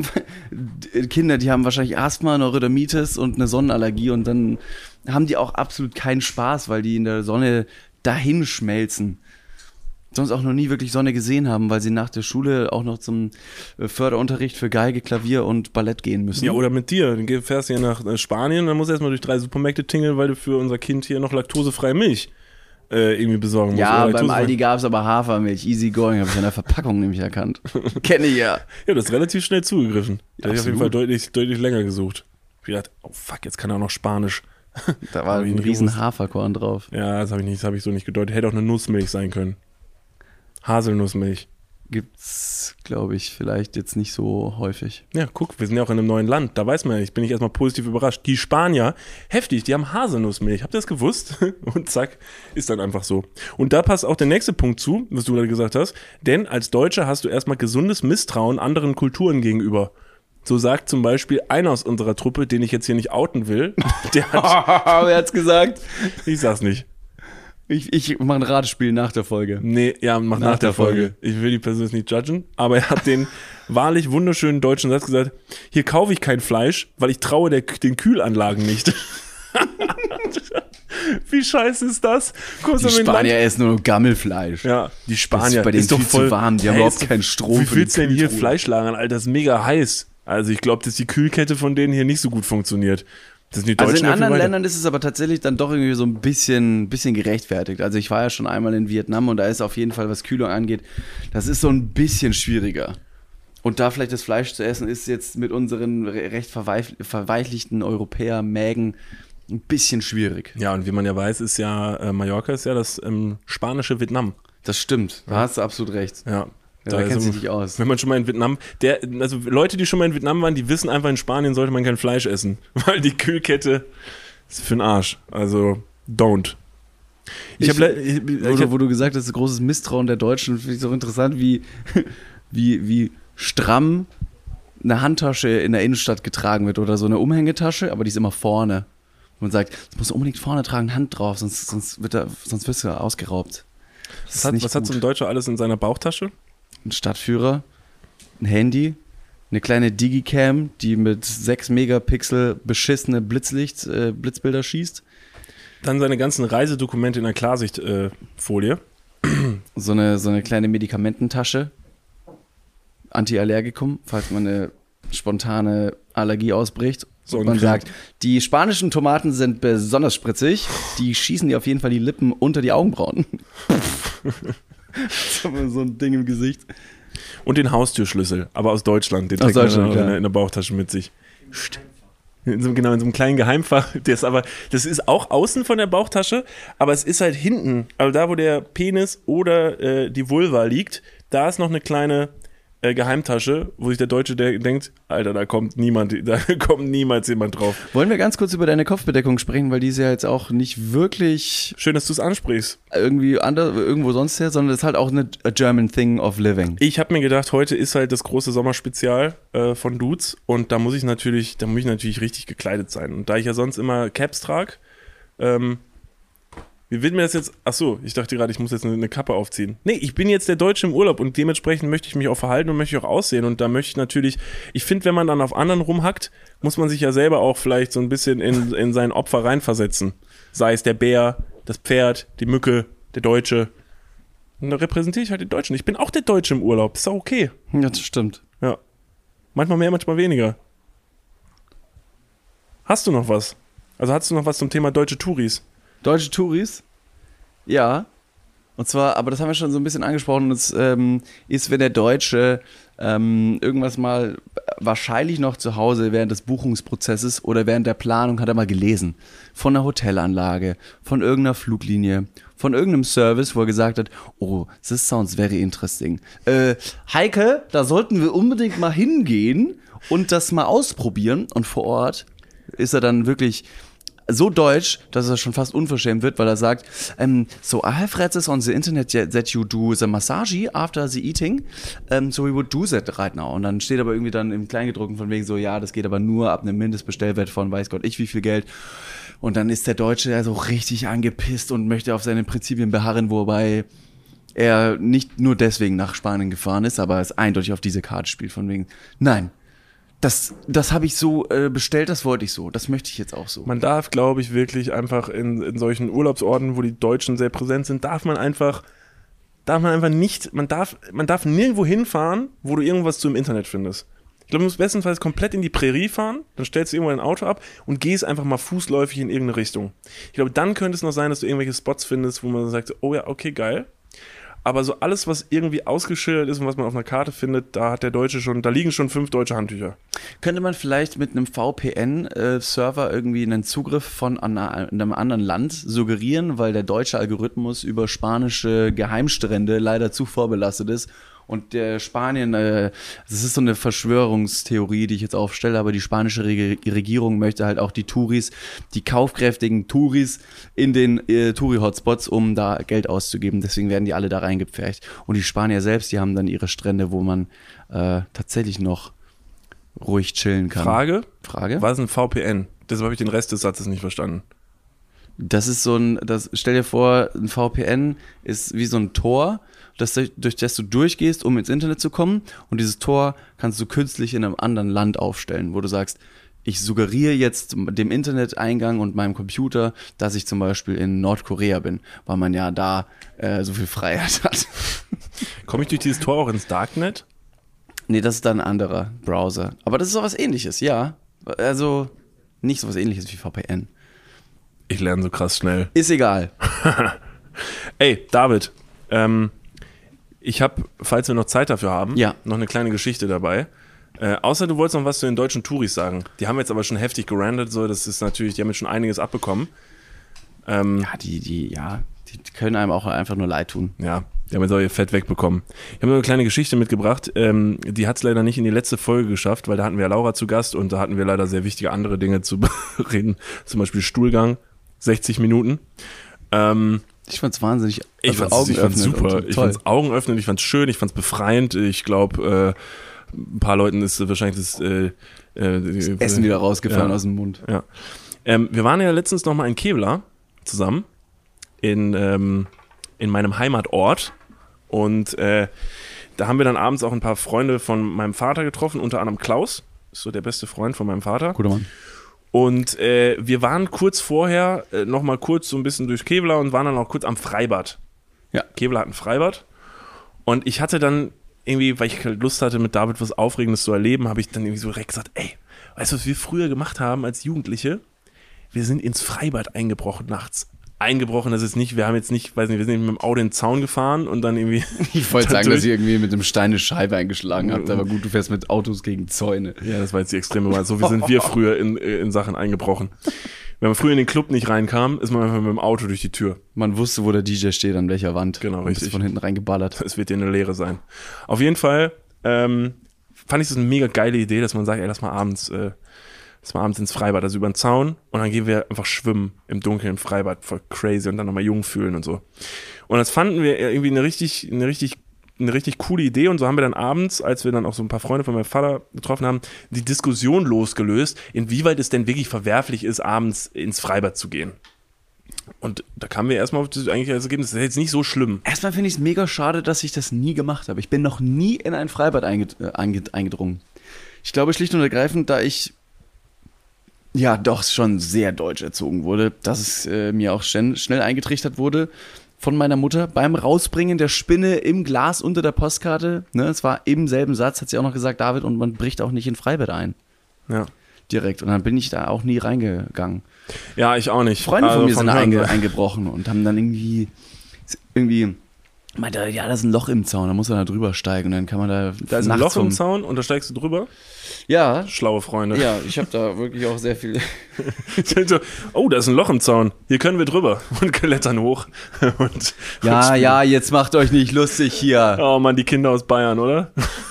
Kinder, die haben wahrscheinlich Asthma, Neurodermitis und eine Sonnenallergie. Und dann haben die auch absolut keinen Spaß, weil die in der Sonne dahin schmelzen. Sonst auch noch nie wirklich Sonne gesehen haben, weil sie nach der Schule auch noch zum Förderunterricht für Geige, Klavier und Ballett gehen müssen. Ja, oder mit dir. Du fährst hier nach Spanien, dann musst du erstmal durch drei Supermärkte tingeln, weil du für unser Kind hier noch laktosefreie Milch äh, irgendwie besorgen musst. Ja, beim Aldi gab es aber Hafermilch. Easy going, habe ich an der Verpackung nämlich erkannt. Kenne ich ja. Ja, du hast relativ schnell zugegriffen. Da habe ich auf jeden Fall deutlich, deutlich länger gesucht. Ich dachte, oh fuck, jetzt kann er auch noch Spanisch. Da war ein riesen Haferkorn drauf. Ja, das habe ich, hab ich so nicht gedeutet. Hätte auch eine Nussmilch sein können. Haselnussmilch. Gibt's, glaube ich, vielleicht jetzt nicht so häufig. Ja, guck, wir sind ja auch in einem neuen Land. Da weiß man ja nicht, bin ich erstmal positiv überrascht. Die Spanier, heftig, die haben Haselnussmilch. Habt ihr das gewusst? Und zack, ist dann einfach so. Und da passt auch der nächste Punkt zu, was du gerade gesagt hast. Denn als Deutscher hast du erstmal gesundes Misstrauen anderen Kulturen gegenüber. So sagt zum Beispiel einer aus unserer Truppe, den ich jetzt hier nicht outen will. Der hat. Wer hat's gesagt? Ich sag's nicht. Ich, ich mache ein Ratespiel nach der Folge. Nee, ja, mach nach, nach der, der Folge. Folge. Ich will die Person jetzt nicht judgen, aber er hat den wahrlich wunderschönen deutschen Satz gesagt, hier kaufe ich kein Fleisch, weil ich traue der, den Kühlanlagen nicht. Wie scheiße ist das? Kommst die Spanier Land? Essen nur Gammelfleisch. Ja, die Spanier. Das ist bei denen ist doch viel voll zu warm, die haben überhaupt keinen Strom. Wie willst du denn hier Fleisch lagern, Alter? Das ist mega heiß. Also ich glaube, dass die Kühlkette von denen hier nicht so gut funktioniert. Das sind die also in ja anderen Ländern ist es aber tatsächlich dann doch irgendwie so ein bisschen, bisschen gerechtfertigt. Also ich war ja schon einmal in Vietnam und da ist auf jeden Fall, was Kühlung angeht, das ist so ein bisschen schwieriger. Und da vielleicht das Fleisch zu essen, ist jetzt mit unseren recht verweich- verweichlichten Europäer-Mägen ein bisschen schwierig. Ja, und wie man ja weiß, ist ja, äh, Mallorca ist ja das ähm, spanische Vietnam. Das stimmt, da hast du absolut recht. Ja. Ja, da kennt sich nicht aus. Wenn man schon mal in Vietnam, der, also Leute, die schon mal in Vietnam waren, die wissen einfach, in Spanien sollte man kein Fleisch essen, weil die Kühlkette ist für den Arsch. Also, don't. Ich, ich habe, wo, hab, wo du gesagt hast, großes Misstrauen der Deutschen, finde ich so interessant, wie, wie, wie stramm eine Handtasche in der Innenstadt getragen wird oder so eine Umhängetasche, aber die ist immer vorne. Man sagt, das musst du unbedingt vorne tragen, Hand drauf, sonst, sonst, wird da, sonst wirst du ausgeraubt. Was, hat, was hat so ein Deutscher alles in seiner Bauchtasche? Ein Stadtführer, ein Handy, eine kleine Digicam, die mit sechs Megapixel beschissene Blitzlicht, äh, Blitzbilder schießt. Dann seine ganzen Reisedokumente in einer Klarsichtfolie. Äh, so, eine, so eine kleine Medikamententasche, Antiallergikum, falls man eine spontane Allergie ausbricht. So, und man sagt, die spanischen Tomaten sind besonders spritzig, die schießen dir auf jeden Fall die Lippen unter die Augenbrauen. So ein Ding im Gesicht. Und den Haustürschlüssel, aber aus Deutschland. Den aus trägt Deutschland, man in, ja. in der Bauchtasche mit sich. In so, genau, in so einem kleinen Geheimfach. Das, aber, das ist auch außen von der Bauchtasche, aber es ist halt hinten. Also da, wo der Penis oder äh, die Vulva liegt, da ist noch eine kleine, äh, äh, Geheimtasche, wo sich der Deutsche der, denkt, Alter, da kommt niemand, da kommt niemals jemand drauf. Wollen wir ganz kurz über deine Kopfbedeckung sprechen, weil die ist ja jetzt auch nicht wirklich Schön, dass du es ansprichst. irgendwie anders, irgendwo sonst her, sondern das ist halt auch eine a German thing of living. Ich habe mir gedacht, heute ist halt das große Sommerspezial äh, von Dudes und da muss ich natürlich, da muss ich natürlich richtig gekleidet sein. Und da ich ja sonst immer Caps trage, ähm, wie wird mir das jetzt, ach so, ich dachte gerade, ich muss jetzt eine, eine Kappe aufziehen. Nee, ich bin jetzt der Deutsche im Urlaub und dementsprechend möchte ich mich auch verhalten und möchte ich auch aussehen und da möchte ich natürlich, ich finde, wenn man dann auf anderen rumhackt, muss man sich ja selber auch vielleicht so ein bisschen in, in sein Opfer reinversetzen. Sei es der Bär, das Pferd, die Mücke, der Deutsche. Und da repräsentiere ich halt den Deutschen. Ich bin auch der Deutsche im Urlaub, ist doch okay. Ja, das stimmt. Ja. Manchmal mehr, manchmal weniger. Hast du noch was? Also hast du noch was zum Thema deutsche Touris? Deutsche Touris? Ja. Und zwar, aber das haben wir schon so ein bisschen angesprochen, das ähm, ist, wenn der Deutsche ähm, irgendwas mal wahrscheinlich noch zu Hause während des Buchungsprozesses oder während der Planung hat er mal gelesen. Von einer Hotelanlage, von irgendeiner Fluglinie, von irgendeinem Service, wo er gesagt hat, oh, this sounds very interesting. Äh, Heike, da sollten wir unbedingt mal hingehen und das mal ausprobieren. Und vor Ort ist er dann wirklich so deutsch, dass er schon fast unverschämt wird, weil er sagt, um, so I have read this on the internet that you do the massage after the eating, um, so we would do that right now. Und dann steht aber irgendwie dann im Kleingedruckten von wegen so, ja, das geht aber nur ab einem Mindestbestellwert von weiß Gott ich wie viel Geld. Und dann ist der Deutsche ja so richtig angepisst und möchte auf seine Prinzipien beharren, wobei er nicht nur deswegen nach Spanien gefahren ist, aber es eindeutig auf diese Karte spielt von wegen, nein, Das, das habe ich so äh, bestellt, das wollte ich so. Das möchte ich jetzt auch so. Man darf, glaube ich, wirklich einfach in, in solchen Urlaubsorten, wo die Deutschen sehr präsent sind, darf man einfach, darf man einfach nicht, man darf, man darf nirgendwo hinfahren, wo du irgendwas zu im Internet findest. Ich glaube, du musst bestenfalls komplett in die Prärie fahren, dann stellst du irgendwo ein Auto ab und gehst einfach mal fußläufig in irgendeine Richtung. Ich glaube, dann könnte es noch sein, dass du irgendwelche Spots findest, wo man sagt, oh ja, okay, geil. Aber so alles, was irgendwie ausgeschildert ist und was man auf einer Karte findet, da hat der Deutsche schon, da liegen schon fünf deutsche Handtücher. Könnte man vielleicht mit einem V P N-Server irgendwie einen Zugriff von einem anderen Land suggerieren, weil der deutsche Algorithmus über spanische Geheimstrände leider zu vorbelastet ist und der Spanien, äh, das ist so eine Verschwörungstheorie, die ich jetzt aufstelle, aber die spanische Reg- Regierung möchte halt auch die Touris, die kaufkräftigen Touris in den äh, Touri-Hotspots, um da Geld auszugeben. Deswegen werden die alle da reingepfercht. Und die Spanier selbst, die haben dann ihre Strände, wo man äh, tatsächlich noch ruhig chillen kann. Frage? Frage? Was ist ein V P N? Deshalb habe ich den Rest des Satzes nicht verstanden. Das ist so ein, das, stell dir vor, ein V P N ist wie so ein Tor, das, durch das du durchgehst, um ins Internet zu kommen. Und dieses Tor kannst du künstlich in einem anderen Land aufstellen, wo du sagst, ich suggeriere jetzt dem Interneteingang und meinem Computer, dass ich zum Beispiel in Nordkorea bin, weil man ja da äh, so viel Freiheit hat. Komme ich durch dieses Tor auch ins Darknet? Nee, das ist dann ein anderer Browser. Aber das ist sowas Ähnliches, ja. Also nicht sowas Ähnliches wie V P N. Ich lerne so krass schnell. Ist egal. Ey, David, ähm, ich habe, falls wir noch Zeit dafür haben, ja. noch eine kleine Geschichte dabei. Äh, außer du wolltest noch was zu den deutschen Touris sagen. Die haben jetzt aber schon heftig gerandet, so, das ist natürlich, die haben jetzt schon einiges abbekommen. Ähm, ja, die, die, ja, die können einem auch einfach nur leid tun. Ja, die haben jetzt auch ihr Fett wegbekommen. Ich habe noch eine kleine Geschichte mitgebracht, ähm, die hat es leider nicht in die letzte Folge geschafft, weil da hatten wir Laura zu Gast und da hatten wir leider sehr wichtige andere Dinge zu reden, zum Beispiel Stuhlgang, sechzig Minuten. Ähm, Ich fand's wahnsinnig. Ich also fand's, ich fand's super. Und ich toll. fand's augenöffnend, ich fand's schön, ich fand's befreiend. Ich glaube, äh, ein paar Leuten ist wahrscheinlich das, äh, das äh, Essen wieder rausgefallen ja. aus dem Mund. Ja. Ähm, wir waren ja letztens noch mal in Kevlar zusammen in, ähm, in meinem Heimatort und äh, da haben wir dann abends auch ein paar Freunde von meinem Vater getroffen, unter anderem Klaus, ist so der beste Freund von meinem Vater. Guter Mann. Und äh, wir waren kurz vorher äh, noch mal kurz so ein bisschen durch Kevlar und waren dann auch kurz am Freibad. Ja. Kevlar hat ein Freibad. Und ich hatte dann irgendwie, weil ich halt Lust hatte, mit David was Aufregendes zu erleben, habe ich dann irgendwie so direkt gesagt, ey, weißt du, was wir früher gemacht haben als Jugendliche? Wir sind ins Freibad eingebrochen nachts. Eingebrochen, das ist nicht, wir haben jetzt nicht, weiß nicht, wir sind mit dem Auto in den Zaun gefahren und dann irgendwie... Ich wollte sagen, dass ihr irgendwie mit einem Stein eine Scheibe eingeschlagen habt, aber gut, du fährst mit Autos gegen Zäune. Ja, das war jetzt die extreme Wahl. So wie sind wir früher in, in Sachen eingebrochen. Wenn man früher in den Club nicht reinkam, ist man einfach mit dem Auto durch die Tür. Man wusste, wo der D J steht, an welcher Wand. Genau, und richtig. ist von hinten reingeballert. Es wird dir eine Lehre sein. Auf jeden Fall ähm, fand ich das eine mega geile Idee, dass man sagt, ey, lass mal abends, äh, lass mal abends ins Freibad, also über den Zaun und dann gehen wir einfach schwimmen im Dunkeln im Freibad, voll crazy und dann nochmal jung fühlen und so. Und das fanden wir irgendwie eine richtig, eine richtig, eine richtig coole Idee und so haben wir dann abends, als wir dann auch so ein paar Freunde von meinem Vater getroffen haben, die Diskussion losgelöst, inwieweit es denn wirklich verwerflich ist, abends ins Freibad zu gehen. Und da kamen wir erstmal auf das eigentlich als Ergebnis, das ist jetzt nicht so schlimm. Erstmal finde ich es mega schade, dass ich das nie gemacht habe. Ich bin noch nie in ein Freibad einged- äh, einged- eingedrungen. Ich glaube schlicht und ergreifend, da ich ja doch schon sehr deutsch erzogen wurde, dass es äh, mir auch schnell, schnell eingetrichtert wurde von meiner Mutter beim Rausbringen der Spinne im Glas unter der Postkarte. Ne, es war im selben Satz, hat sie auch noch gesagt, David, und man bricht auch nicht in Freibad ein. Ja. Direkt. Und dann bin ich da auch nie reingegangen. Ja, ich auch nicht. Freunde von also mir von sind Hören- einge, eingebrochen und haben dann irgendwie, irgendwie meinte, ja, da ist ein Loch im Zaun, da muss man da drüber steigen und dann kann man da Da ist ein nachts Loch im um- Zaun und da steigst du drüber. Ja, Schlaue Freunde. ja, ich habe da wirklich auch sehr viel. So, oh, da ist ein Loch im Zaun. Hier können wir drüber und klettern hoch. Und, Ja, und ja, jetzt macht euch nicht lustig hier. Oh Mann, die Kinder aus Bayern, oder?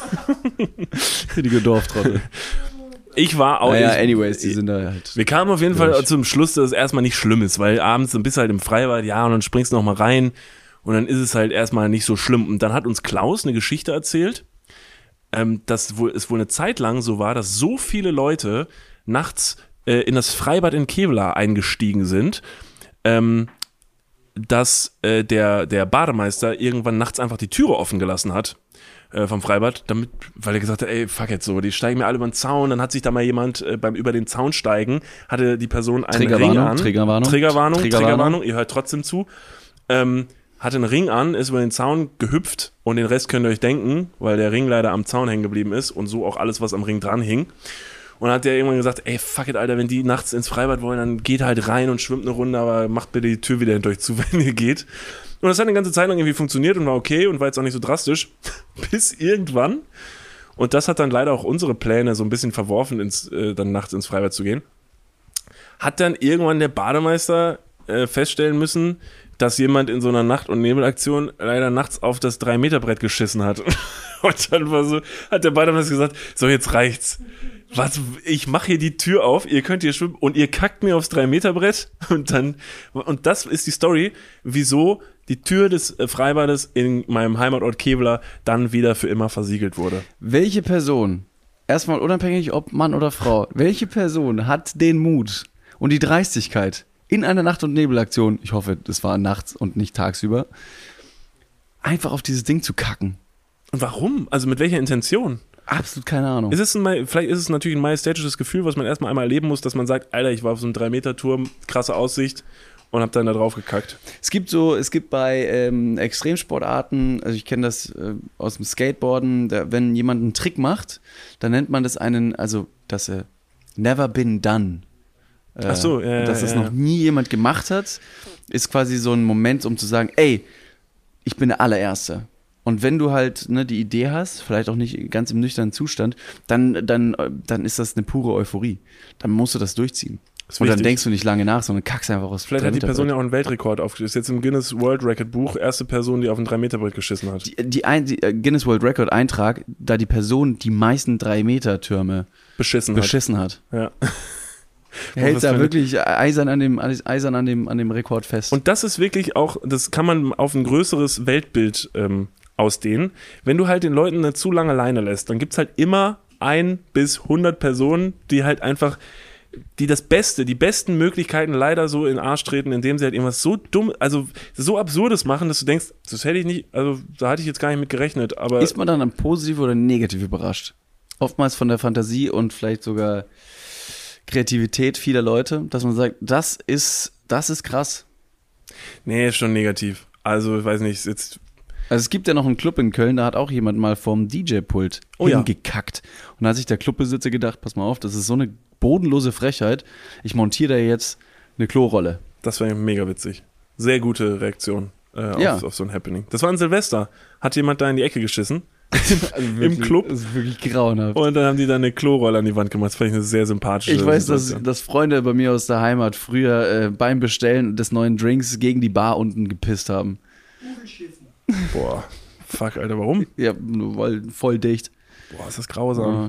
Richtige Dorftrottel. Ich war auch. Naja, ich, anyways, die sind da halt. Wir kamen auf jeden Durch. Fall zum Schluss, dass es erstmal nicht schlimm ist, weil abends dann bist du halt im Freibad, ja, und dann springst du noch mal rein und dann ist es halt erstmal nicht so schlimm. Und dann hat uns Klaus eine Geschichte erzählt, ähm, dass wohl, es wohl eine Zeit lang so war, dass so viele Leute nachts äh, in das Freibad in Kevlar eingestiegen sind, ähm, dass äh, der, der Bademeister irgendwann nachts einfach die Türe offen gelassen hat äh, vom Freibad, damit, weil er gesagt hat, ey, fuck jetzt so, die steigen mir alle über den Zaun, dann hat sich da mal jemand äh, beim über den Zaun steigen, hatte die Person einen Ring Triggerwarnung, an. Triggerwarnung, Triggerwarnung, Triggerwarnung. Triggerwarnung, ihr hört trotzdem zu. Ähm, hatte einen Ring an, ist über den Zaun gehüpft und den Rest könnt ihr euch denken, weil der Ring leider am Zaun hängen geblieben ist und so auch alles, was am Ring dran hing. Und dann hat der irgendwann gesagt, ey, fuck it, Alter, wenn die nachts ins Freibad wollen, dann geht halt rein und schwimmt eine Runde, aber macht bitte die Tür wieder hinter euch zu, wenn ihr geht. Und das hat eine ganze Zeit lang irgendwie funktioniert und war okay und war jetzt auch nicht so drastisch. Bis irgendwann, und das hat dann leider auch unsere Pläne so ein bisschen verworfen, ins, äh, dann nachts ins Freibad zu gehen, hat dann irgendwann der Bademeister äh, feststellen müssen, dass jemand in so einer Nacht- und Nebelaktion leider nachts auf das drei Meter Brett geschissen hat. Und dann war so, hat der Bademeister gesagt, so jetzt reicht's. Was, ich mache hier die Tür auf, ihr könnt hier schwimmen und ihr kackt mir aufs drei Meter Brett und dann, und das ist die Story, wieso die Tür des Freibades in meinem Heimatort Kevlar dann wieder für immer versiegelt wurde. Welche Person, erstmal unabhängig ob Mann oder Frau, welche Person hat den Mut und die Dreistigkeit, in einer Nacht- und Nebelaktion, ich hoffe, das war nachts und nicht tagsüber, einfach auf dieses Ding zu kacken? Und warum? Also mit welcher Intention? Absolut keine Ahnung. Ist es ein, vielleicht ist es natürlich ein majestätisches Gefühl, was man erstmal einmal erleben muss, dass man sagt, Alter, ich war auf so einem drei Meter Turm, krasse Aussicht und hab dann da drauf gekackt. Es gibt so, es gibt bei ähm, Extremsportarten, also ich kenne das äh, aus dem Skateboarden, da, wenn jemand einen Trick macht, dann nennt man das einen, also das äh, never been done. Äh, Ach so, ja, dass ja, das ja. noch nie jemand gemacht hat, ist quasi so ein Moment, um zu sagen, ey, ich bin der Allererste. Und wenn du halt ne, die Idee hast, vielleicht auch nicht ganz im nüchternen Zustand, dann, dann, dann ist das eine pure Euphorie. Dann musst du das durchziehen. Das ist Und dann wichtig. denkst du nicht lange nach, sondern kackst einfach aus. Vielleicht hat die Person ja auch einen Weltrekord aufgestellt. Ist jetzt im Guinness World Record Buch erste Person, die auf ein drei Meter Brett geschissen hat. Die, die, ein, die äh, Guinness World Record Eintrag, da die Person die meisten drei Meter Türme Beschissen, beschissen hat. hat. Ja. Hält was da für eine- wirklich eisern an dem, eisern an dem, an dem Rekord fest. Und das ist wirklich auch, das kann man auf ein größeres Weltbild ähm, ausdehnen. Wenn du halt den Leuten eine zu lange Leine lässt, dann gibt es halt immer ein bis hundert Personen, die halt einfach, die das Beste, die besten Möglichkeiten leider so in den Arsch treten, indem sie halt irgendwas so dumm, also so Absurdes machen, dass du denkst, das hätte ich nicht, also da hatte ich jetzt gar nicht mit gerechnet, aber Ist man dann dann positiv oder negativ überrascht? Oftmals von der Fantasie und vielleicht sogar Kreativität vieler Leute, dass man sagt, das ist, das ist krass. nee, ist schon negativ. Also, ich weiß nicht, ist jetzt Also es gibt ja noch einen Club in Köln, da hat auch jemand mal vorm D J-Pult Oh ja. hingekackt. Und da hat sich der Clubbesitzer gedacht, pass mal auf, das ist so eine bodenlose Frechheit, ich montiere da jetzt eine Klorolle. Das war mega witzig. Sehr gute Reaktion äh, Ja. auf, auf so ein Happening. Das war ein Silvester. Hat jemand da in die Ecke geschissen Also Im Club? Das ist wirklich grauenhaft. und dann haben die da eine Klorolle an die Wand gemacht. Das fand ich eine sehr sympathische Ich weiß, dass, Situation. dass Freunde bei mir aus der Heimat früher äh, beim Bestellen des neuen Drinks gegen die Bar unten gepisst haben. Boah, fuck, Alter, warum? Ja, nur weil voll dicht. Boah, ist das grausam.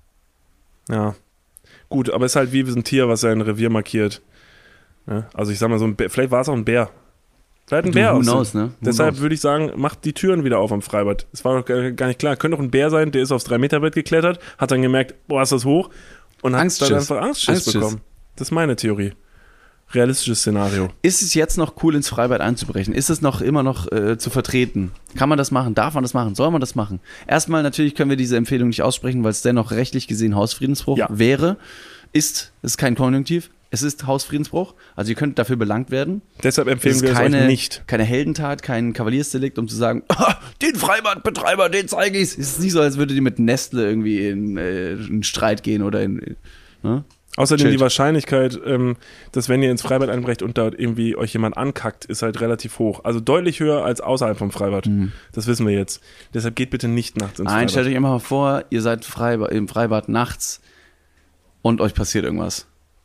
Ja. ja. Gut, aber es ist halt wie ein Tier, was sein Revier markiert. Ja? Also ich sag mal so, ein Bär, vielleicht war es auch ein Bär. Vielleicht ein Bär Who aus. knows, ne? Who Deshalb knows? würde ich sagen, macht die Türen wieder auf am Freibad. Das war doch gar gar nicht klar. Könnte doch ein Bär sein, der ist aufs drei Meter Brett geklettert, hat dann gemerkt, boah, ist das hoch und hat Angstschiss. dann einfach Angstschiss, Angstschiss. bekommen. Das ist meine Theorie. Realistisches Szenario. Ist es jetzt noch cool, ins Freibad einzubrechen? Ist es noch immer noch äh, zu vertreten? Kann man das machen? Darf man das machen? Soll man das machen? Erstmal natürlich können wir diese Empfehlung nicht aussprechen, weil es dennoch rechtlich gesehen Hausfriedensbruch Ja. wäre. Ist, ist kein Konjunktiv. Es ist Hausfriedensbruch. Also ihr könnt dafür belangt werden. Deshalb Es empfehlen ist wir es keine, euch nicht. keine Heldentat, kein Kavaliersdelikt, um zu sagen, "Ah, den Freibadbetreiber, den zeige ich's. Es ist nicht so, als würdet ihr mit Nestle irgendwie in, äh, in Streit gehen oder in, ne? Außerdem Chillt. die Wahrscheinlichkeit, ähm, dass wenn ihr ins Freibad einbrecht und da irgendwie euch jemand ankackt, ist halt relativ hoch. Also deutlich höher als außerhalb vom Freibad. Mhm. Das wissen wir jetzt. Deshalb geht bitte nicht nachts ins Nein, stellt Freibad. euch immer mal vor, ihr seid Freibad, im Freibad nachts und euch passiert irgendwas.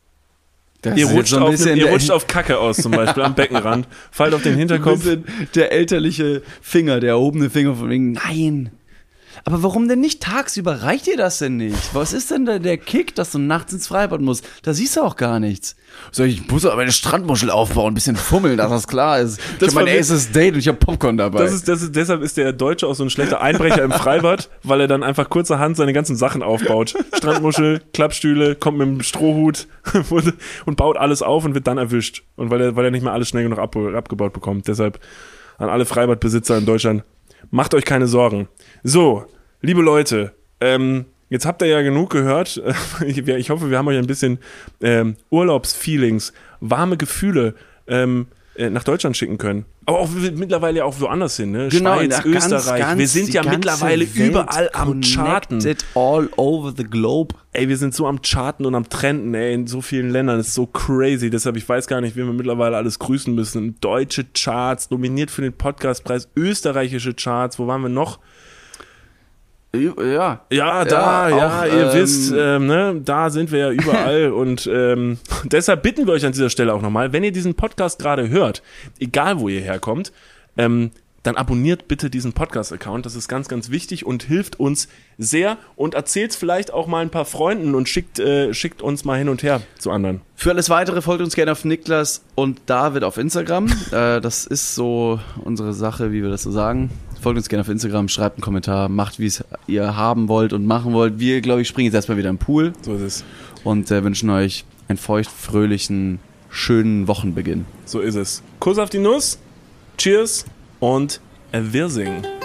Das Ihr ist rutscht, jetzt so ein auf, bisschen ihr der- rutscht auf Kacke aus zum Beispiel am Beckenrand, fallt auf den ein Hinterkopf. bisschen der elterliche Finger, der erhobene Finger von wegen, nein. Aber warum denn nicht tagsüber? Reicht dir das denn nicht? Was ist denn der, der Kick, dass du nachts ins Freibad musst? Da siehst du auch gar nichts. So, ich muss aber eine Strandmuschel aufbauen, ein bisschen fummeln, dass das klar ist. Ich Das habe mein war- erstes Date und ich habe Popcorn dabei. Das ist, das ist, deshalb ist der Deutsche auch so ein schlechter Einbrecher im Freibad, weil er dann einfach kurzerhand seine ganzen Sachen aufbaut. Strandmuschel, Klappstühle, kommt mit dem Strohhut und, und baut alles auf und wird dann erwischt. Und weil er, weil er nicht mehr alles schnell genug ab, abgebaut bekommt. Deshalb an alle Freibadbesitzer in Deutschland, macht euch keine Sorgen. So, liebe Leute, ähm, jetzt habt ihr ja genug gehört. Ich, ich hoffe, wir haben euch ein bisschen ähm, Urlaubsfeelings, warme Gefühle ähm, äh, nach Deutschland schicken können. Aber auch w- mittlerweile auch woanders hin, ne? Genau, Schweiz, na, ganz, Österreich. ganz wir sind die ja ganze mittlerweile Welt überall am Charten. connected all over the globe. Ey, wir sind so am Charten und am Trenden, ey, in so vielen Ländern. Das ist so crazy. Deshalb, ich weiß gar nicht, wen wir mittlerweile alles grüßen müssen. Deutsche Charts, nominiert für den Podcastpreis, österreichische Charts. Wo waren wir noch? Ja. Ja, da, Ja, ja, auch, ihr ähm, wisst, ähm, ne, da sind wir ja überall und ähm, deshalb bitten wir euch an dieser Stelle auch nochmal, wenn ihr diesen Podcast gerade hört, egal wo ihr herkommt, ähm, dann abonniert bitte diesen Podcast-Account, das ist ganz, ganz wichtig und hilft uns sehr und erzählt vielleicht auch mal ein paar Freunden und schickt, äh, schickt uns mal hin und her zu anderen. Für alles Weitere folgt uns gerne auf Niklas und David auf Instagram. äh, das ist so unsere Sache, wie wir das so sagen. Folgt uns gerne auf Instagram, schreibt einen Kommentar, macht, wie es ihr haben wollt und machen wollt. Wir, glaube ich, springen jetzt erstmal wieder im Pool So ist es. und äh, wünschen euch einen feucht-fröhlichen, schönen Wochenbeginn. So ist es. Kuss auf die Nuss, Cheers und wir singen.